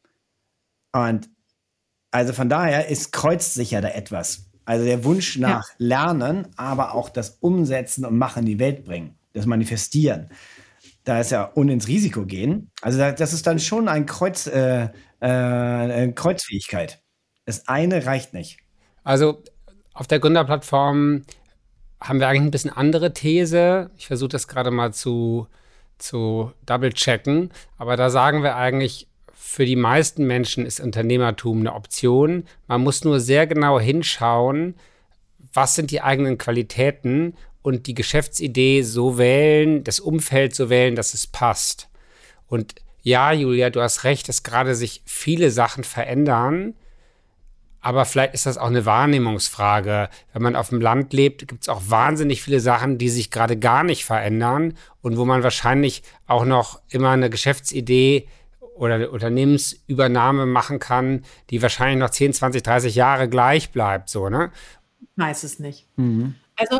Und also von daher ist, kreuzt sich ja da etwas. Also der Wunsch nach ja. Lernen, aber auch das Umsetzen und Machen in die Welt bringen, das Manifestieren. Da ist ja und ins Risiko gehen. Also das ist dann schon ein Kreuz, äh, äh, Kreuzfähigkeit. Das eine reicht nicht. Also auf der Gründerplattform haben wir eigentlich ein bisschen andere These. Ich versuche das gerade mal zu, zu double-checken. Aber da sagen wir eigentlich, für die meisten Menschen ist Unternehmertum eine Option. Man muss nur sehr genau hinschauen, was sind die eigenen Qualitäten und die Geschäftsidee so wählen, das Umfeld so wählen, dass es passt. Und ja, Julia, du hast recht, dass gerade sich viele Sachen verändern, aber vielleicht ist das auch eine Wahrnehmungsfrage. Wenn man auf dem Land lebt, gibt es auch wahnsinnig viele Sachen, die sich gerade gar nicht verändern und wo man wahrscheinlich auch noch immer eine Geschäftsidee oder eine Unternehmensübernahme machen kann, die wahrscheinlich noch zehn, zwanzig, dreißig Jahre gleich bleibt, so, ne? Weiß es nicht. Mhm. Also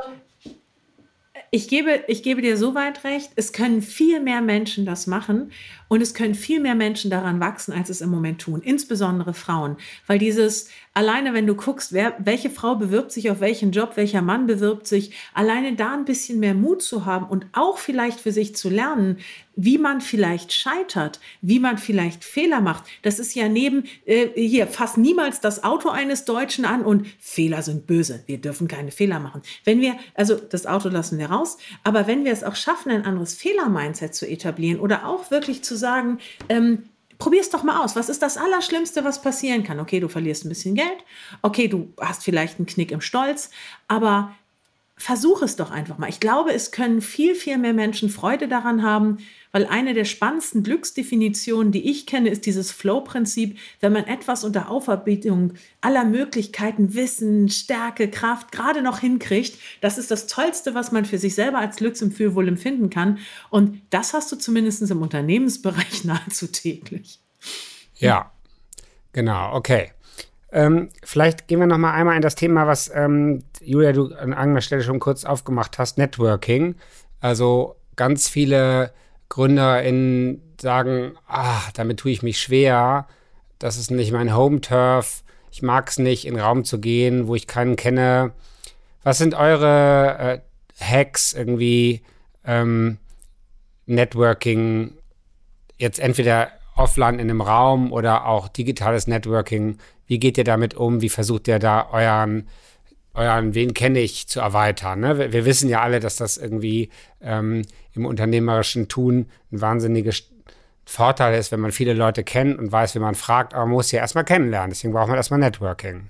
Ich gebe, ich gebe dir so weit recht, es können viel mehr Menschen das machen und es können viel mehr Menschen daran wachsen, als es im Moment tun, insbesondere Frauen. Weil dieses, alleine wenn du guckst, wer, welche Frau bewirbt sich auf welchen Job, welcher Mann bewirbt sich, alleine da ein bisschen mehr Mut zu haben und auch vielleicht für sich zu lernen, wie man vielleicht scheitert, wie man vielleicht Fehler macht. Das ist ja neben, äh, hier, fass niemals das Auto eines Deutschen an und Fehler sind böse. Wir dürfen keine Fehler machen. Wenn wir, also das Auto lassen wir raus, aber wenn wir es auch schaffen, ein anderes Fehler-Mindset zu etablieren oder auch wirklich zu sagen, ähm, probier's doch mal aus. Was ist das Allerschlimmste, was passieren kann? Okay, du verlierst ein bisschen Geld. Okay, du hast vielleicht einen Knick im Stolz, aber versuch es doch einfach mal. Ich glaube, es können viel, viel mehr Menschen Freude daran haben, weil eine der spannendsten Glücksdefinitionen, die ich kenne, ist dieses Flow-Prinzip, wenn man etwas unter Aufarbeitung aller Möglichkeiten, Wissen, Stärke, Kraft gerade noch hinkriegt. Das ist das Tollste, was man für sich selber als Glücksgefühl wohl empfinden kann. Und das hast du zumindest im Unternehmensbereich nahezu täglich. Ja, genau, okay. Ähm, vielleicht gehen wir noch mal einmal in das Thema, was ähm, Julia, du an irgendeiner Stelle schon kurz aufgemacht hast, Networking. Also ganz viele GründerInnen sagen, ah, damit tue ich mich schwer, das ist nicht mein Home-Turf, ich mag es nicht, in einen Raum zu gehen, wo ich keinen kenne. Was sind eure äh, Hacks irgendwie, ähm, Networking, jetzt entweder offline in einem Raum oder auch digitales Networking? Wie geht ihr damit um? Wie versucht ihr da euren euren Wen kenne ich zu erweitern. Ne? Wir, wir wissen ja alle, dass das irgendwie ähm, im unternehmerischen Tun ein wahnsinniger Vorteil ist, wenn man viele Leute kennt und weiß, wie man fragt, aber man muss ja erstmal kennenlernen. Deswegen braucht man erstmal Networking.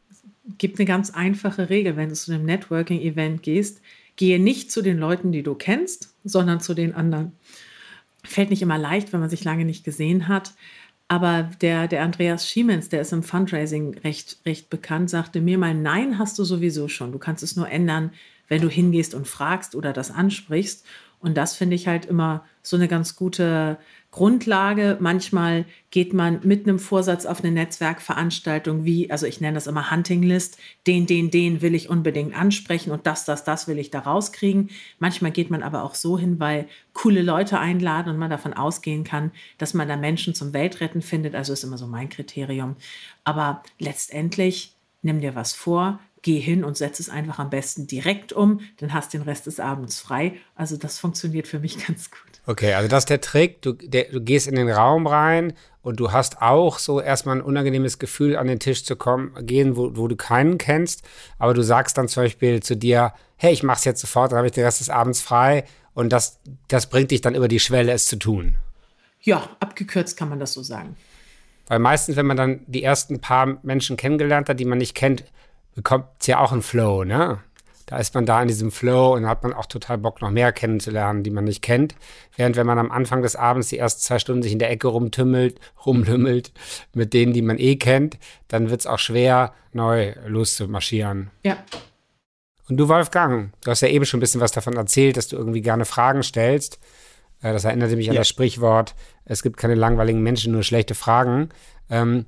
Es gibt eine ganz einfache Regel, wenn du zu einem Networking-Event gehst, gehe nicht zu den Leuten, die du kennst, sondern zu den anderen. Fällt nicht immer leicht, wenn man sich lange nicht gesehen hat. Aber der, der Andreas Schiemens, der ist im Fundraising recht, recht bekannt, sagte mir mal, nein, hast du sowieso schon. Du kannst es nur ändern, wenn du hingehst und fragst oder das ansprichst. Und das finde ich halt immer so eine ganz gute Grundlage. Manchmal geht man mit einem Vorsatz auf eine Netzwerkveranstaltung wie, also ich nenne das immer Hunting List, den, den, den will ich unbedingt ansprechen und das, das, das will ich da rauskriegen. Manchmal geht man aber auch so hin, weil coole Leute einladen und man davon ausgehen kann, dass man da Menschen zum Weltretten findet. Also ist immer so mein Kriterium. Aber letztendlich nimm dir was vor, geh hin und setz es einfach am besten direkt um, dann hast du den Rest des Abends frei. Also das funktioniert für mich ganz gut. Okay, also das ist der Trick. Du, der, du gehst in den Raum rein und du hast auch so erstmal ein unangenehmes Gefühl, an den Tisch zu kommen, gehen, wo, wo du keinen kennst. Aber du sagst dann zum Beispiel zu dir, hey, ich mach's jetzt sofort, dann habe ich den Rest des Abends frei. Und das, das bringt dich dann über die Schwelle, es zu tun. Ja, abgekürzt kann man das so sagen. Weil meistens, wenn man dann die ersten paar Menschen kennengelernt hat, die man nicht kennt, bekommt es ja auch einen Flow, ne? Da ist man da in diesem Flow und hat man auch total Bock, noch mehr kennenzulernen, die man nicht kennt. Während wenn man am Anfang des Abends die ersten zwei Stunden sich in der Ecke rumtümmelt, rumlümmelt mit denen, die man eh kennt, dann wird es auch schwer, neu loszumarschieren. Ja. Und du, Wolfgang, du hast ja eben schon ein bisschen was davon erzählt, dass du irgendwie gerne Fragen stellst. Das erinnerte mich an Ja. das Sprichwort, es gibt keine langweiligen Menschen, nur schlechte Fragen. Ähm,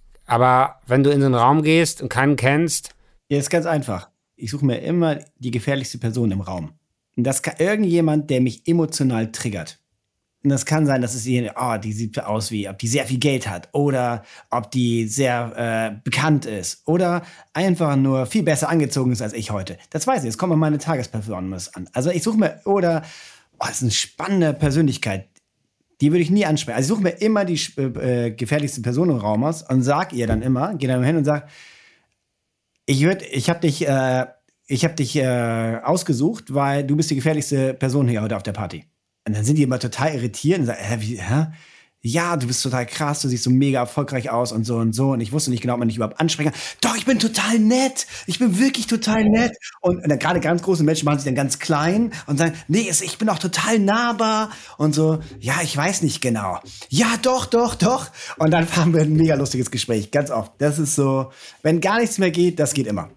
aber wenn du in so einen Raum gehst und keinen kennst. Ja, ist ganz einfach. Ich suche mir immer die gefährlichste Person im Raum. Und das kann irgendjemand, der mich emotional triggert. Und das kann sein, dass es ihr, oh, die sieht aus wie, ob die sehr viel Geld hat oder ob die sehr äh, bekannt ist oder einfach nur viel besser angezogen ist als ich heute. Das weiß ich, es kommt auf meine Tagesperformance an. Also ich suche mir, oder, oh, das ist eine spannende Persönlichkeit. Die würde ich nie ansprechen. Also ich suche mir immer die äh, gefährlichste Person im Raum aus und sag ihr dann immer, gehe dann hin und sag, ich würde, ich habe dich, äh, ich habe dich äh, ausgesucht, weil du bist die gefährlichste Person hier heute auf der Party. Und dann sind die immer total irritiert und sagen, hä, wie, hä? Ja, du bist total krass, du siehst so mega erfolgreich aus und so und so. Und ich wusste nicht genau, ob man dich überhaupt ansprechen kann. Doch, ich bin total nett. Ich bin wirklich total nett. Und, und dann gerade ganz große Menschen machen sich dann ganz klein und sagen, nee, es- ich bin auch total nahbar. Und so, ja, ich weiß nicht genau. Ja, doch, doch, doch. Und dann haben wir ein mega lustiges Gespräch, ganz oft. Das ist so, wenn gar nichts mehr geht, das geht immer.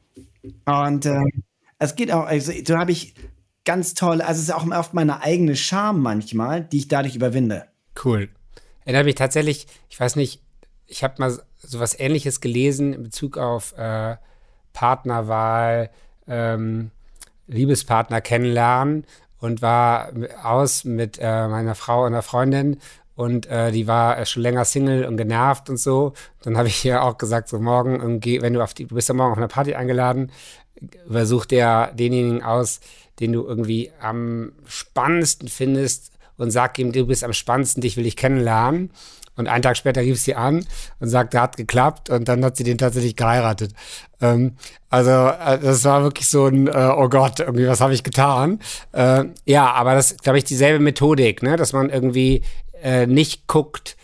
Und ähm, es geht auch, also so habe ich ganz toll, also es ist auch oft meine eigene Scham manchmal, die ich dadurch überwinde. Cool. Erinnert mich tatsächlich, ich weiß nicht, ich habe mal so was Ähnliches gelesen in Bezug auf äh, Partnerwahl, ähm, Liebespartner kennenlernen und war aus mit äh, meiner Frau und einer Freundin und äh, die war schon länger Single und genervt und so. Dann habe ich ihr auch gesagt, so morgen, irgendwie, wenn du auf die, du bist ja morgen auf eine Party eingeladen, versuch dir denjenigen aus, den du irgendwie am spannendsten findest und sag ihm, du bist am spannendsten, dich will ich kennenlernen. Und einen Tag später rief sie an und sagte, hat geklappt und dann hat sie den tatsächlich geheiratet. Ähm, also äh, das war wirklich so ein, äh, oh Gott, irgendwie, was habe ich getan? Äh, ja, aber das ist, glaube ich, dieselbe Methodik, ne? Dass man irgendwie äh, nicht guckt,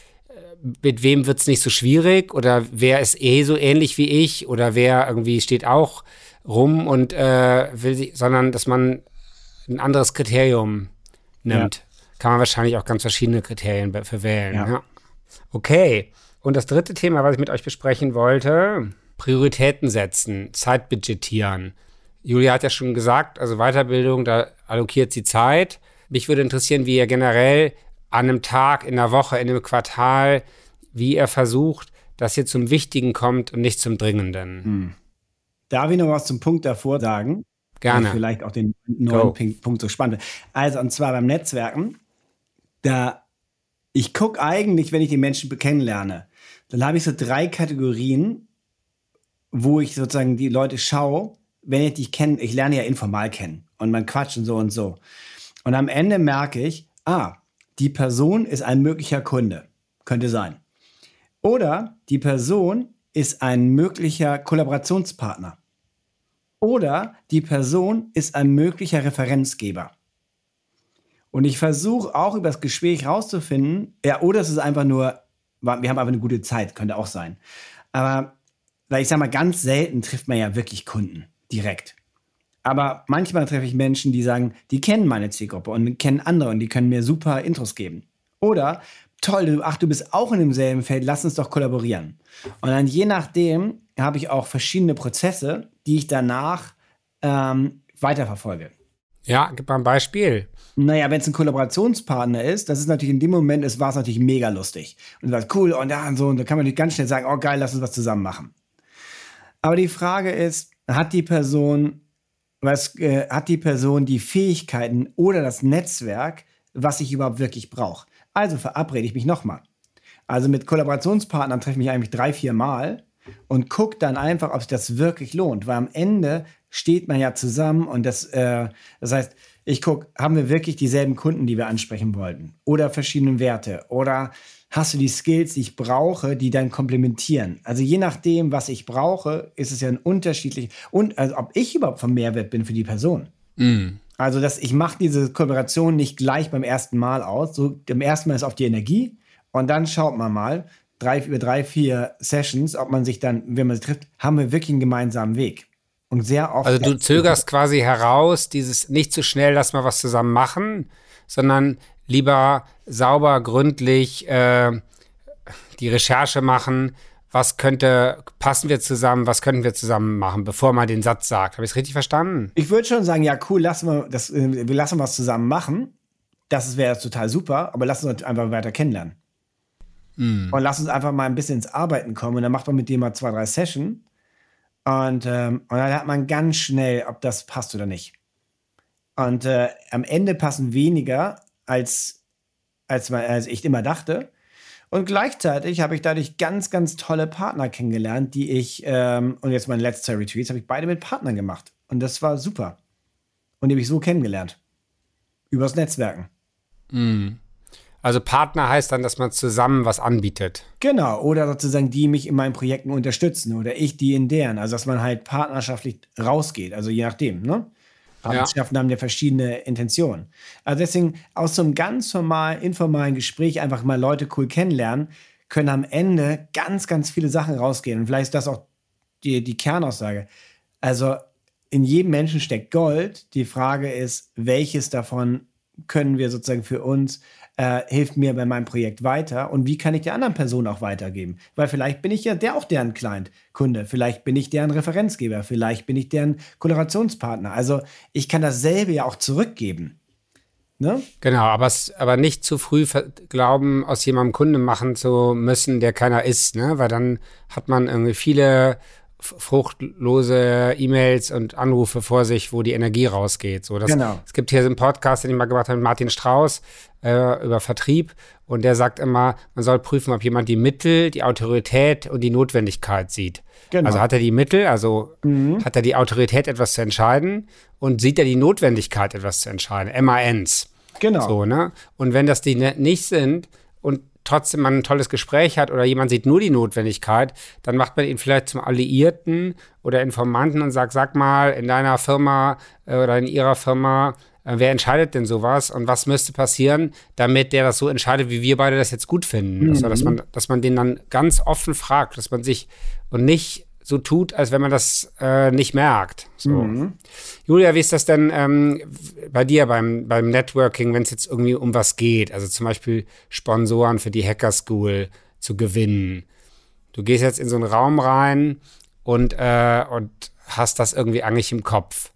mit wem wird es nicht so schwierig oder wer ist eh so ähnlich wie ich oder wer irgendwie steht auch rum und äh, will sich, sondern dass man ein anderes Kriterium nimmt. Ja. Kann man wahrscheinlich auch ganz verschiedene Kriterien be- für wählen. Ja. Ja. Okay. Und das dritte Thema, was ich mit euch besprechen wollte, Prioritäten setzen, Zeit budgetieren. Julia hat ja schon gesagt, also Weiterbildung, da allokiert sie Zeit. Mich würde interessieren, wie ihr generell an einem Tag, in einer Woche, in einem Quartal, wie ihr versucht, dass ihr zum Wichtigen kommt und nicht zum Dringenden. Hm. Darf ich noch was zum Punkt davor sagen? Gerne. Und vielleicht auch den neuen Go. Pink- Punkt so spannend. Also, und zwar beim Netzwerken, da ich gucke eigentlich, wenn ich die Menschen kennenlerne, dann habe ich so drei Kategorien, wo ich sozusagen die Leute schaue, wenn ich dich kenne, ich lerne ja informal kennen und man quatscht und so und so. Und am Ende merke ich, ah, die Person ist ein möglicher Kunde. Könnte sein. Oder die Person ist ein möglicher Kollaborationspartner. Oder die Person ist ein möglicher Referenzgeber. Und ich versuche auch über das Gespräch rauszufinden, ja, oder es ist einfach nur, wir haben einfach eine gute Zeit, könnte auch sein. Aber, weil ich sage mal, ganz selten trifft man ja wirklich Kunden direkt. Aber manchmal treffe ich Menschen, die sagen, die kennen meine Zielgruppe und kennen andere und die können mir super Intros geben. Oder, toll, du, ach, du bist auch in demselben Feld, lass uns doch kollaborieren. Und dann je nachdem habe ich auch verschiedene Prozesse, die ich danach ähm, weiterverfolge. Ja, gib mal ein Beispiel. Naja, wenn es ein Kollaborationspartner ist, das ist natürlich in dem Moment, es war es natürlich mega lustig. Und du sagst, cool, und ja, und so, und da kann man natürlich ganz schnell sagen, oh geil, lass uns was zusammen machen. Aber die Frage ist, hat die Person, was, äh, hat die Person die Fähigkeiten oder das Netzwerk, was ich überhaupt wirklich brauche? Also verabrede ich mich nochmal. Also mit Kollaborationspartnern treffe ich mich eigentlich drei, vier Mal und gucke dann einfach, ob sich das wirklich lohnt. Weil am Ende steht man ja zusammen und das, äh, das heißt, ich gucke, haben wir wirklich dieselben Kunden, die wir ansprechen wollten? Oder verschiedene Werte? Oder hast du die Skills, die ich brauche, die dann komplementieren? Also je nachdem, was ich brauche, ist es ja ein unterschiedlich. Und also ob ich überhaupt vom Mehrwert bin für die Person. Mm. Also dass ich mache diese Kooperation nicht gleich beim ersten Mal aus. So, beim ersten Mal ist auf die Energie und dann schaut man mal, drei, über drei, vier Sessions, ob man sich dann, wenn man sich trifft, haben wir wirklich einen gemeinsamen Weg. Und sehr oft. Also du zögerst quasi heraus, dieses nicht zu schnell, lass mal was zusammen machen, sondern lieber sauber, gründlich äh, die Recherche machen, was könnte, passen wir zusammen, was könnten wir zusammen machen, bevor man den Satz sagt. Habe ich es richtig verstanden? Ich würde schon sagen, ja cool, lassen wir, das, äh, wir lassen was zusammen machen. Das wäre total super, aber lass uns einfach weiter kennenlernen. Mm. Und lass uns einfach mal ein bisschen ins Arbeiten kommen und dann macht man mit dem mal zwei, drei Sessions. Und, ähm, und dann hat man ganz schnell, ob das passt oder nicht. Und äh, am Ende passen weniger, als, als, man, als ich immer dachte. Und gleichzeitig habe ich dadurch ganz, ganz tolle Partner kennengelernt, die ich, ähm, und jetzt mein letzter Retreat, habe ich beide mit Partnern gemacht. Und das war super. Und die habe ich so kennengelernt. Übers Netzwerken. Mm. Also Partner heißt dann, dass man zusammen was anbietet. Genau, oder sozusagen die mich in meinen Projekten unterstützen oder ich die in deren. Also dass man halt partnerschaftlich rausgeht, also je nachdem, ne? Partnerschaften ja. haben ja verschiedene Intentionen. Also deswegen aus so einem ganz normalen, informalen Gespräch einfach mal Leute cool kennenlernen, können am Ende ganz, ganz viele Sachen rausgehen. Und vielleicht ist das auch die, die Kernaussage. Also in jedem Menschen steckt Gold. Die Frage ist, welches davon können wir sozusagen für uns Äh, hilft mir bei meinem Projekt weiter und wie kann ich der anderen Person auch weitergeben? Weil vielleicht bin ich ja der auch deren Client-Kunde, vielleicht bin ich deren Referenzgeber, vielleicht bin ich deren Kollaborationspartner. Also ich kann dasselbe ja auch zurückgeben. Ne? Genau, aber, aber nicht zu früh glauben, aus jemandem Kunde machen zu müssen, der keiner ist, ne? Weil dann hat man irgendwie viele fruchtlose E-Mails und Anrufe vor sich, wo die Energie rausgeht. So, das, genau. Es gibt hier so einen Podcast, den ich mal gemacht habe mit Martin Strauß äh, über Vertrieb und der sagt immer, man soll prüfen, ob jemand die Mittel, die Autorität und die Notwendigkeit sieht. Genau. Also hat er die Mittel, also mhm. hat er die Autorität, etwas zu entscheiden und sieht er die Notwendigkeit, etwas zu entscheiden. M A Ns. Genau. So, ne? Und wenn das die nicht sind und trotzdem man ein tolles Gespräch hat oder jemand sieht nur die Notwendigkeit, dann macht man ihn vielleicht zum Alliierten oder Informanten und sagt, sag mal, in deiner Firma äh, oder in ihrer Firma, äh, wer entscheidet denn sowas und was müsste passieren, damit der das so entscheidet, wie wir beide das jetzt gut finden. Mhm. Also, dass man, dass man den dann ganz offen fragt, dass man sich und nicht so tut, als wenn man das äh, nicht merkt. So. Mhm. Julia, wie ist das denn ähm, bei dir beim, beim Networking, wenn es jetzt irgendwie um was geht? Also zum Beispiel Sponsoren für die Hacker School zu gewinnen. Du gehst jetzt in so einen Raum rein und, äh, und hast das irgendwie eigentlich im Kopf.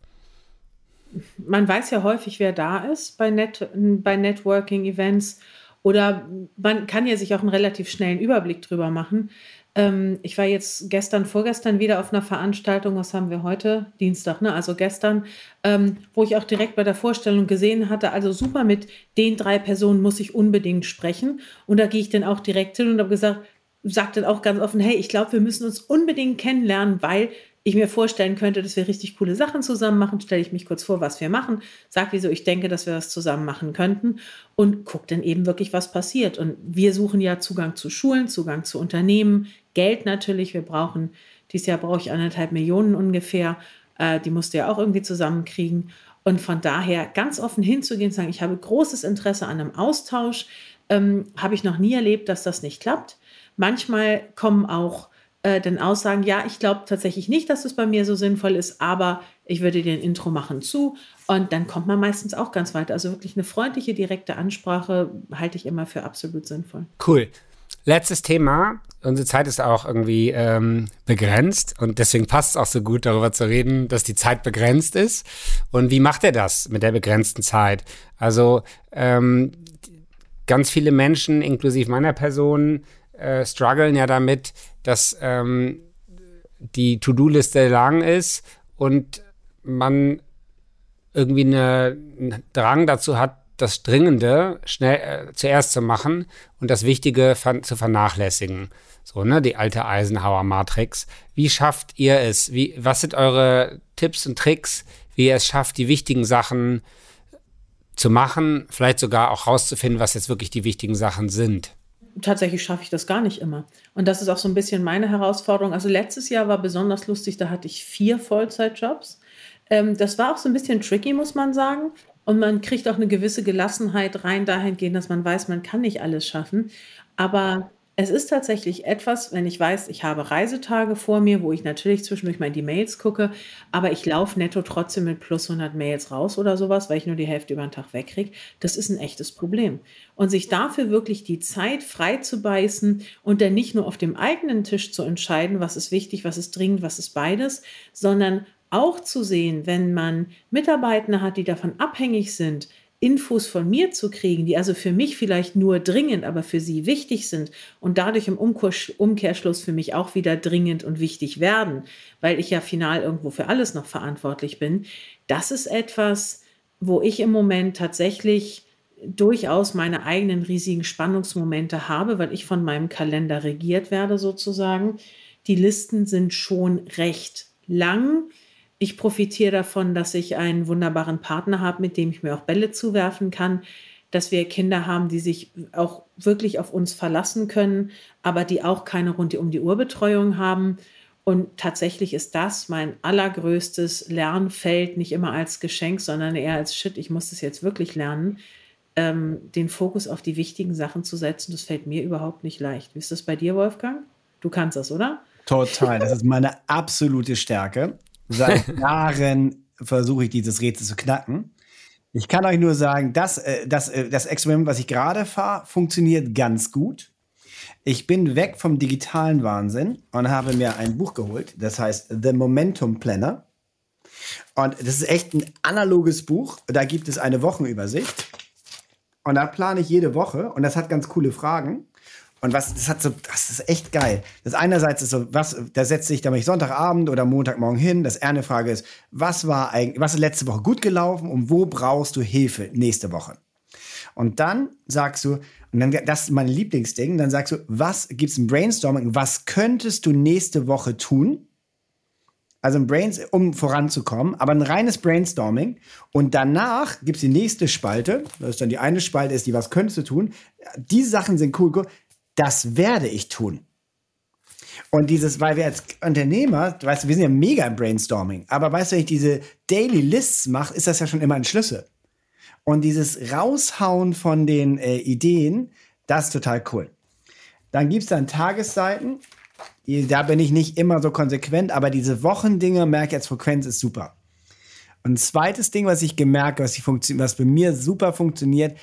Man weiß ja häufig, wer da ist bei, Net- bei Networking-Events oder man kann ja sich auch einen relativ schnellen Überblick drüber machen. Ich war jetzt gestern, vorgestern wieder auf einer Veranstaltung, was haben wir heute? Dienstag, ne? Also gestern, ähm, wo ich auch direkt bei der Vorstellung gesehen hatte, also super, mit den drei Personen muss ich unbedingt sprechen. Und da gehe ich dann auch direkt hin und habe gesagt, sage dann auch ganz offen, hey, ich glaube, wir müssen uns unbedingt kennenlernen, weil ich mir vorstellen könnte, dass wir richtig coole Sachen zusammen machen. Stelle ich mich kurz vor, was wir machen, sage, wieso ich denke, dass wir das zusammen machen könnten und gucke dann eben wirklich, was passiert. Und wir suchen ja Zugang zu Schulen, Zugang zu Unternehmen, Geld natürlich. Wir brauchen, dieses Jahr brauche ich anderthalb Millionen ungefähr. Äh, die musst du ja auch irgendwie zusammenkriegen. Und von daher ganz offen hinzugehen und sagen, ich habe großes Interesse an einem Austausch, ähm, habe ich noch nie erlebt, dass das nicht klappt. Manchmal kommen auch äh, dann Aussagen, ja, ich glaube tatsächlich nicht, dass es bei mir so sinnvoll ist, aber ich würde dir ein Intro machen zu. Und dann kommt man meistens auch ganz weit. Also wirklich eine freundliche, direkte Ansprache halte ich immer für absolut sinnvoll. Cool. Letztes Thema. Unsere Zeit ist auch irgendwie ähm, begrenzt und deswegen passt es auch so gut, darüber zu reden, dass die Zeit begrenzt ist. Und wie macht er das mit der begrenzten Zeit? Also ähm, ganz viele Menschen, inklusive meiner Person, äh, strugglen ja damit, dass ähm, die To-Do-Liste lang ist und man irgendwie eine, einen Drang dazu hat, das Dringende schnell äh, zuerst zu machen und das Wichtige ver- zu vernachlässigen. So, ne, die alte Eisenhower-Matrix. Wie schafft ihr es? Wie, was sind eure Tipps und Tricks, wie ihr es schafft, die wichtigen Sachen zu machen, vielleicht sogar auch rauszufinden, was jetzt wirklich die wichtigen Sachen sind? Tatsächlich schaffe ich das gar nicht immer. Und das ist auch so ein bisschen meine Herausforderung. Also letztes Jahr war besonders lustig, da hatte ich vier Vollzeitjobs. Ähm, das war auch so ein bisschen tricky, muss man sagen. Und man kriegt auch eine gewisse Gelassenheit rein dahingehend, dass man weiß, man kann nicht alles schaffen. Aber es ist tatsächlich etwas, wenn ich weiß, ich habe Reisetage vor mir, wo ich natürlich zwischendurch mal in die Mails gucke, aber ich laufe netto trotzdem mit plus hundert Mails raus oder sowas, weil ich nur die Hälfte über den Tag wegkriege. Das ist ein echtes Problem. Und sich dafür wirklich die Zeit frei zu beißen und dann nicht nur auf dem eigenen Tisch zu entscheiden, was ist wichtig, was ist dringend, was ist beides, sondern auch zu sehen, wenn man Mitarbeiter hat, die davon abhängig sind, Infos von mir zu kriegen, die also für mich vielleicht nur dringend, aber für sie wichtig sind und dadurch im Umkehrschluss für mich auch wieder dringend und wichtig werden, weil ich ja final irgendwo für alles noch verantwortlich bin. Das ist etwas, wo ich im Moment tatsächlich durchaus meine eigenen riesigen Spannungsmomente habe, weil ich von meinem Kalender regiert werde sozusagen. Die Listen sind schon recht lang. Ich profitiere davon, dass ich einen wunderbaren Partner habe, mit dem ich mir auch Bälle zuwerfen kann, dass wir Kinder haben, die sich auch wirklich auf uns verlassen können, aber die auch keine Rund-um-die-Uhr-Betreuung haben. Und tatsächlich ist das mein allergrößtes Lernfeld, nicht immer als Geschenk, sondern eher als Shit, ich muss das jetzt wirklich lernen, ähm, den Fokus auf die wichtigen Sachen zu setzen. Das fällt mir überhaupt nicht leicht. Wie ist das bei dir, Wolfgang? Du kannst das, oder? Total, das ist meine absolute Stärke. Seit Jahren versuche ich, dieses Rätsel zu knacken. Ich kann euch nur sagen, das, äh, das, äh, das Experiment, was ich gerade fahre, funktioniert ganz gut. Ich bin weg vom digitalen Wahnsinn und habe mir ein Buch geholt, das heißt The Momentum Planner. Und das ist echt ein analoges Buch. Da gibt es eine Wochenübersicht. Und da plane ich jede Woche und das hat ganz coole Fragen. Und was, das hat so, das ist echt geil. Das einerseits ist so, was, da setzt sich da mich Sonntagabend oder Montagmorgen hin. Das eine Frage ist, was war eigentlich, was ist letzte Woche gut gelaufen und wo brauchst du Hilfe nächste Woche? Und dann sagst du, und dann, das ist mein Lieblingsding, dann sagst du, was gibt's ein Brainstorming, was könntest du nächste Woche tun? Also ein Brains, um voranzukommen, aber ein reines Brainstorming. Und danach gibt's die nächste Spalte. Das ist dann die eine Spalte, ist die, was könntest du tun? Die Sachen sind cool, cool. Das werde ich tun. Und dieses, weil wir als Unternehmer, weißt du, wir sind ja mega im Brainstorming, aber weißt du, wenn ich diese Daily Lists mache, ist das ja schon immer ein Schlüssel. Und dieses Raushauen von den äh, Ideen, das ist total cool. Dann gibt es dann Tagesseiten, die, da bin ich nicht immer so konsequent, aber diese Wochendinger, merke ich als Frequenz, ist super. Und ein zweites Ding, was ich gemerkt habe, was, ich funktio- was bei mir super funktioniert,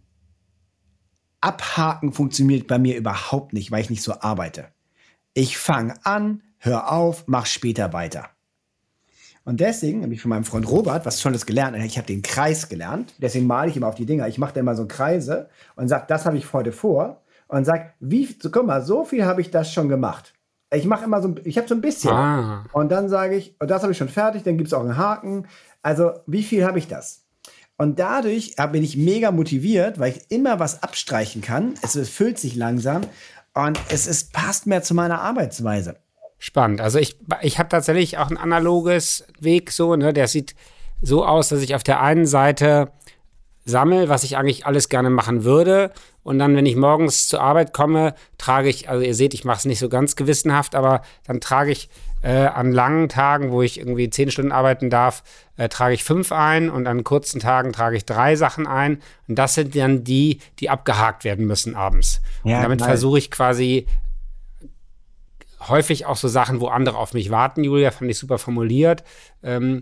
Abhaken funktioniert bei mir überhaupt nicht, weil ich nicht so arbeite. Ich fange an, hör auf, mach später weiter. Und deswegen habe ich von meinem Freund Robert was Tolles gelernt. Ich habe den Kreis gelernt. Deswegen male ich immer auf die Dinger. Ich mache dann mal so Kreise und sage, das habe ich heute vor. Und sage, wie, so, guck mal, so viel habe ich das schon gemacht. Ich mache immer so, ich habe so ein bisschen. Ah. Und dann sage ich, und das habe ich schon fertig. Dann gibt es auch einen Haken. Also, wie viel habe ich das? Und dadurch bin ich mega motiviert, weil ich immer was abstreichen kann. Es füllt sich langsam und es ist, passt mehr zu meiner Arbeitsweise. Spannend. Also ich, ich habe tatsächlich auch ein analoges Weg so, ne? Der sieht so aus, dass ich auf der einen Seite sammle, was ich eigentlich alles gerne machen würde. Und dann, wenn ich morgens zur Arbeit komme, trage ich, also ihr seht, ich mache es nicht so ganz gewissenhaft, aber dann trage ich Äh, an langen Tagen, wo ich irgendwie zehn Stunden arbeiten darf, äh, trage ich fünf ein und an kurzen Tagen trage ich drei Sachen ein. Und das sind dann die, die abgehakt werden müssen abends. Ja, und damit versuche ich quasi häufig auch so Sachen, wo andere auf mich warten, Julia, fand ich super formuliert, ähm,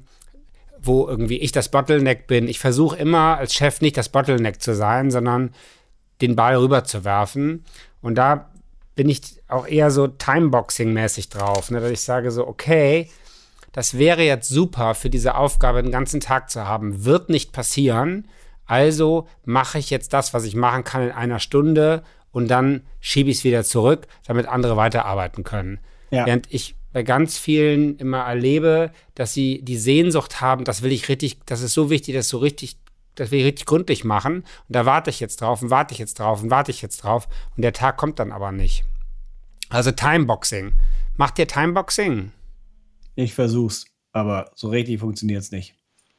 wo irgendwie ich das Bottleneck bin. Ich versuche immer als Chef nicht das Bottleneck zu sein, sondern den Ball rüber zu werfen. Und da bin ich auch eher so Timeboxing-mäßig drauf, ne, dass ich sage so, okay, das wäre jetzt super für diese Aufgabe den ganzen Tag zu haben, wird nicht passieren, also mache ich jetzt das, was ich machen kann in einer Stunde und dann schiebe ich es wieder zurück, damit andere weiterarbeiten können. Ja. Während ich bei ganz vielen immer erlebe, dass sie die Sehnsucht haben, das will ich richtig, das ist so wichtig, das so richtig das will ich richtig gründlich machen und da warte ich jetzt drauf und warte ich jetzt drauf und warte ich jetzt drauf und der Tag kommt dann aber nicht. Also Timeboxing. Macht ihr Timeboxing? Ich versuch's, aber so richtig funktioniert's nicht.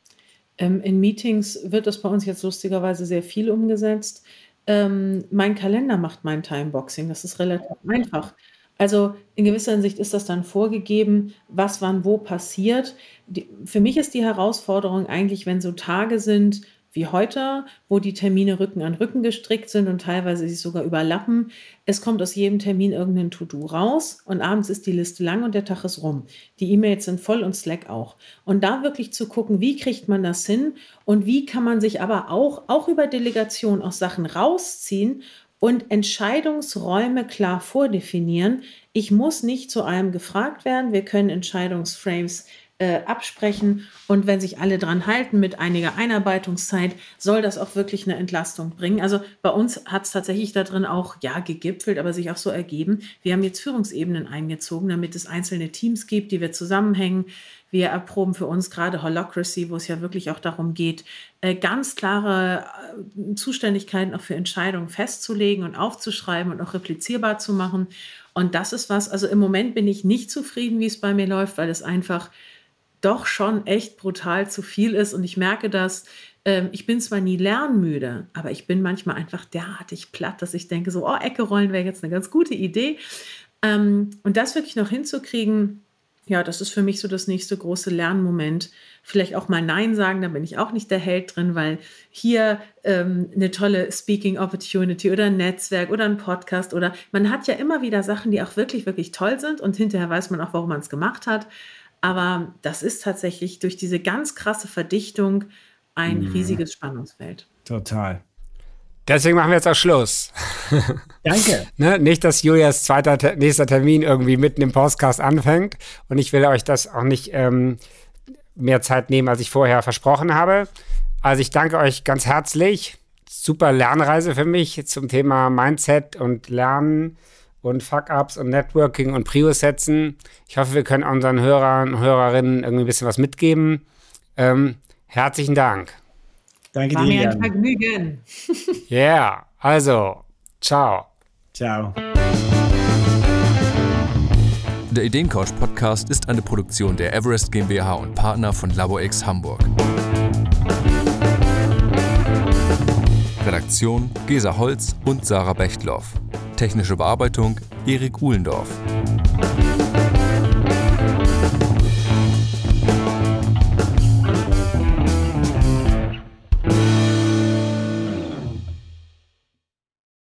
Ähm, in Meetings wird das bei uns jetzt lustigerweise sehr viel umgesetzt. Ähm, mein Kalender macht mein Timeboxing, das ist relativ einfach. Also in gewisser Hinsicht ist das dann vorgegeben, was wann wo passiert. Die, für mich ist die Herausforderung eigentlich, wenn so Tage sind wie heute, wo die Termine Rücken an Rücken gestrickt sind und teilweise sich sogar überlappen. Es kommt aus jedem Termin irgendein To-Do raus und abends ist die Liste lang und der Tag ist rum. Die E-Mails sind voll und Slack auch. Und da wirklich zu gucken, wie kriegt man das hin und wie kann man sich aber auch, auch über Delegation aus Sachen rausziehen und Entscheidungsräume klar vordefinieren. Ich muss nicht zu allem gefragt werden. Wir können Entscheidungsframes äh, absprechen. Und wenn sich alle dran halten mit einiger Einarbeitungszeit, soll das auch wirklich eine Entlastung bringen. Also bei uns hat es tatsächlich da drin auch, ja, gegipfelt, aber sich auch so ergeben. Wir haben jetzt Führungsebenen eingezogen, damit es einzelne Teams gibt, die wir zusammenhängen. Wir erproben für uns gerade Holacracy, wo es ja wirklich auch darum geht, ganz klare Zuständigkeiten auch für Entscheidungen festzulegen und aufzuschreiben und auch replizierbar zu machen. Und das ist was, also im Moment bin ich nicht zufrieden, wie es bei mir läuft, weil es einfach doch schon echt brutal zu viel ist. Und ich merke das, ähm, ich bin zwar nie lernmüde, aber ich bin manchmal einfach derartig platt, dass ich denke so, oh, Ecke rollen wäre jetzt eine ganz gute Idee. Ähm, und das wirklich noch hinzukriegen, ja, das ist für mich so das nächste große Lernmoment. Vielleicht auch mal Nein sagen, da bin ich auch nicht der Held drin, weil hier ähm, eine tolle Speaking Opportunity oder ein Netzwerk oder ein Podcast oder man hat ja immer wieder Sachen, die auch wirklich, wirklich toll sind und hinterher weiß man auch, warum man es gemacht hat. Aber das ist tatsächlich durch diese ganz krasse Verdichtung ein mhm. riesiges Spannungsfeld. Total. Deswegen machen wir jetzt auch Schluss. Danke. Ne? Nicht, dass Julias zweiter, nächster Termin irgendwie mitten im Podcast anfängt. Und ich will euch das auch nicht ähm, mehr Zeit nehmen, als ich vorher versprochen habe. Also ich danke euch ganz herzlich. Super Lernreise für mich zum Thema Mindset und Lernen und Fuck-Ups und Networking und Prios setzen. Ich hoffe, wir können unseren Hörern und Hörerinnen irgendwie ein bisschen was mitgeben. Ähm, herzlichen Dank. Danke War dir. War mir ein Vergnügen. Ja, yeah, also, ciao. Ciao. Der Ideencouch Podcast ist eine Produktion der Everest GmbH und Partner von LaborX Hamburg. Redaktion Gesa Holz und Sarah Bechtloff. Technische Bearbeitung Erik Uhlendorf.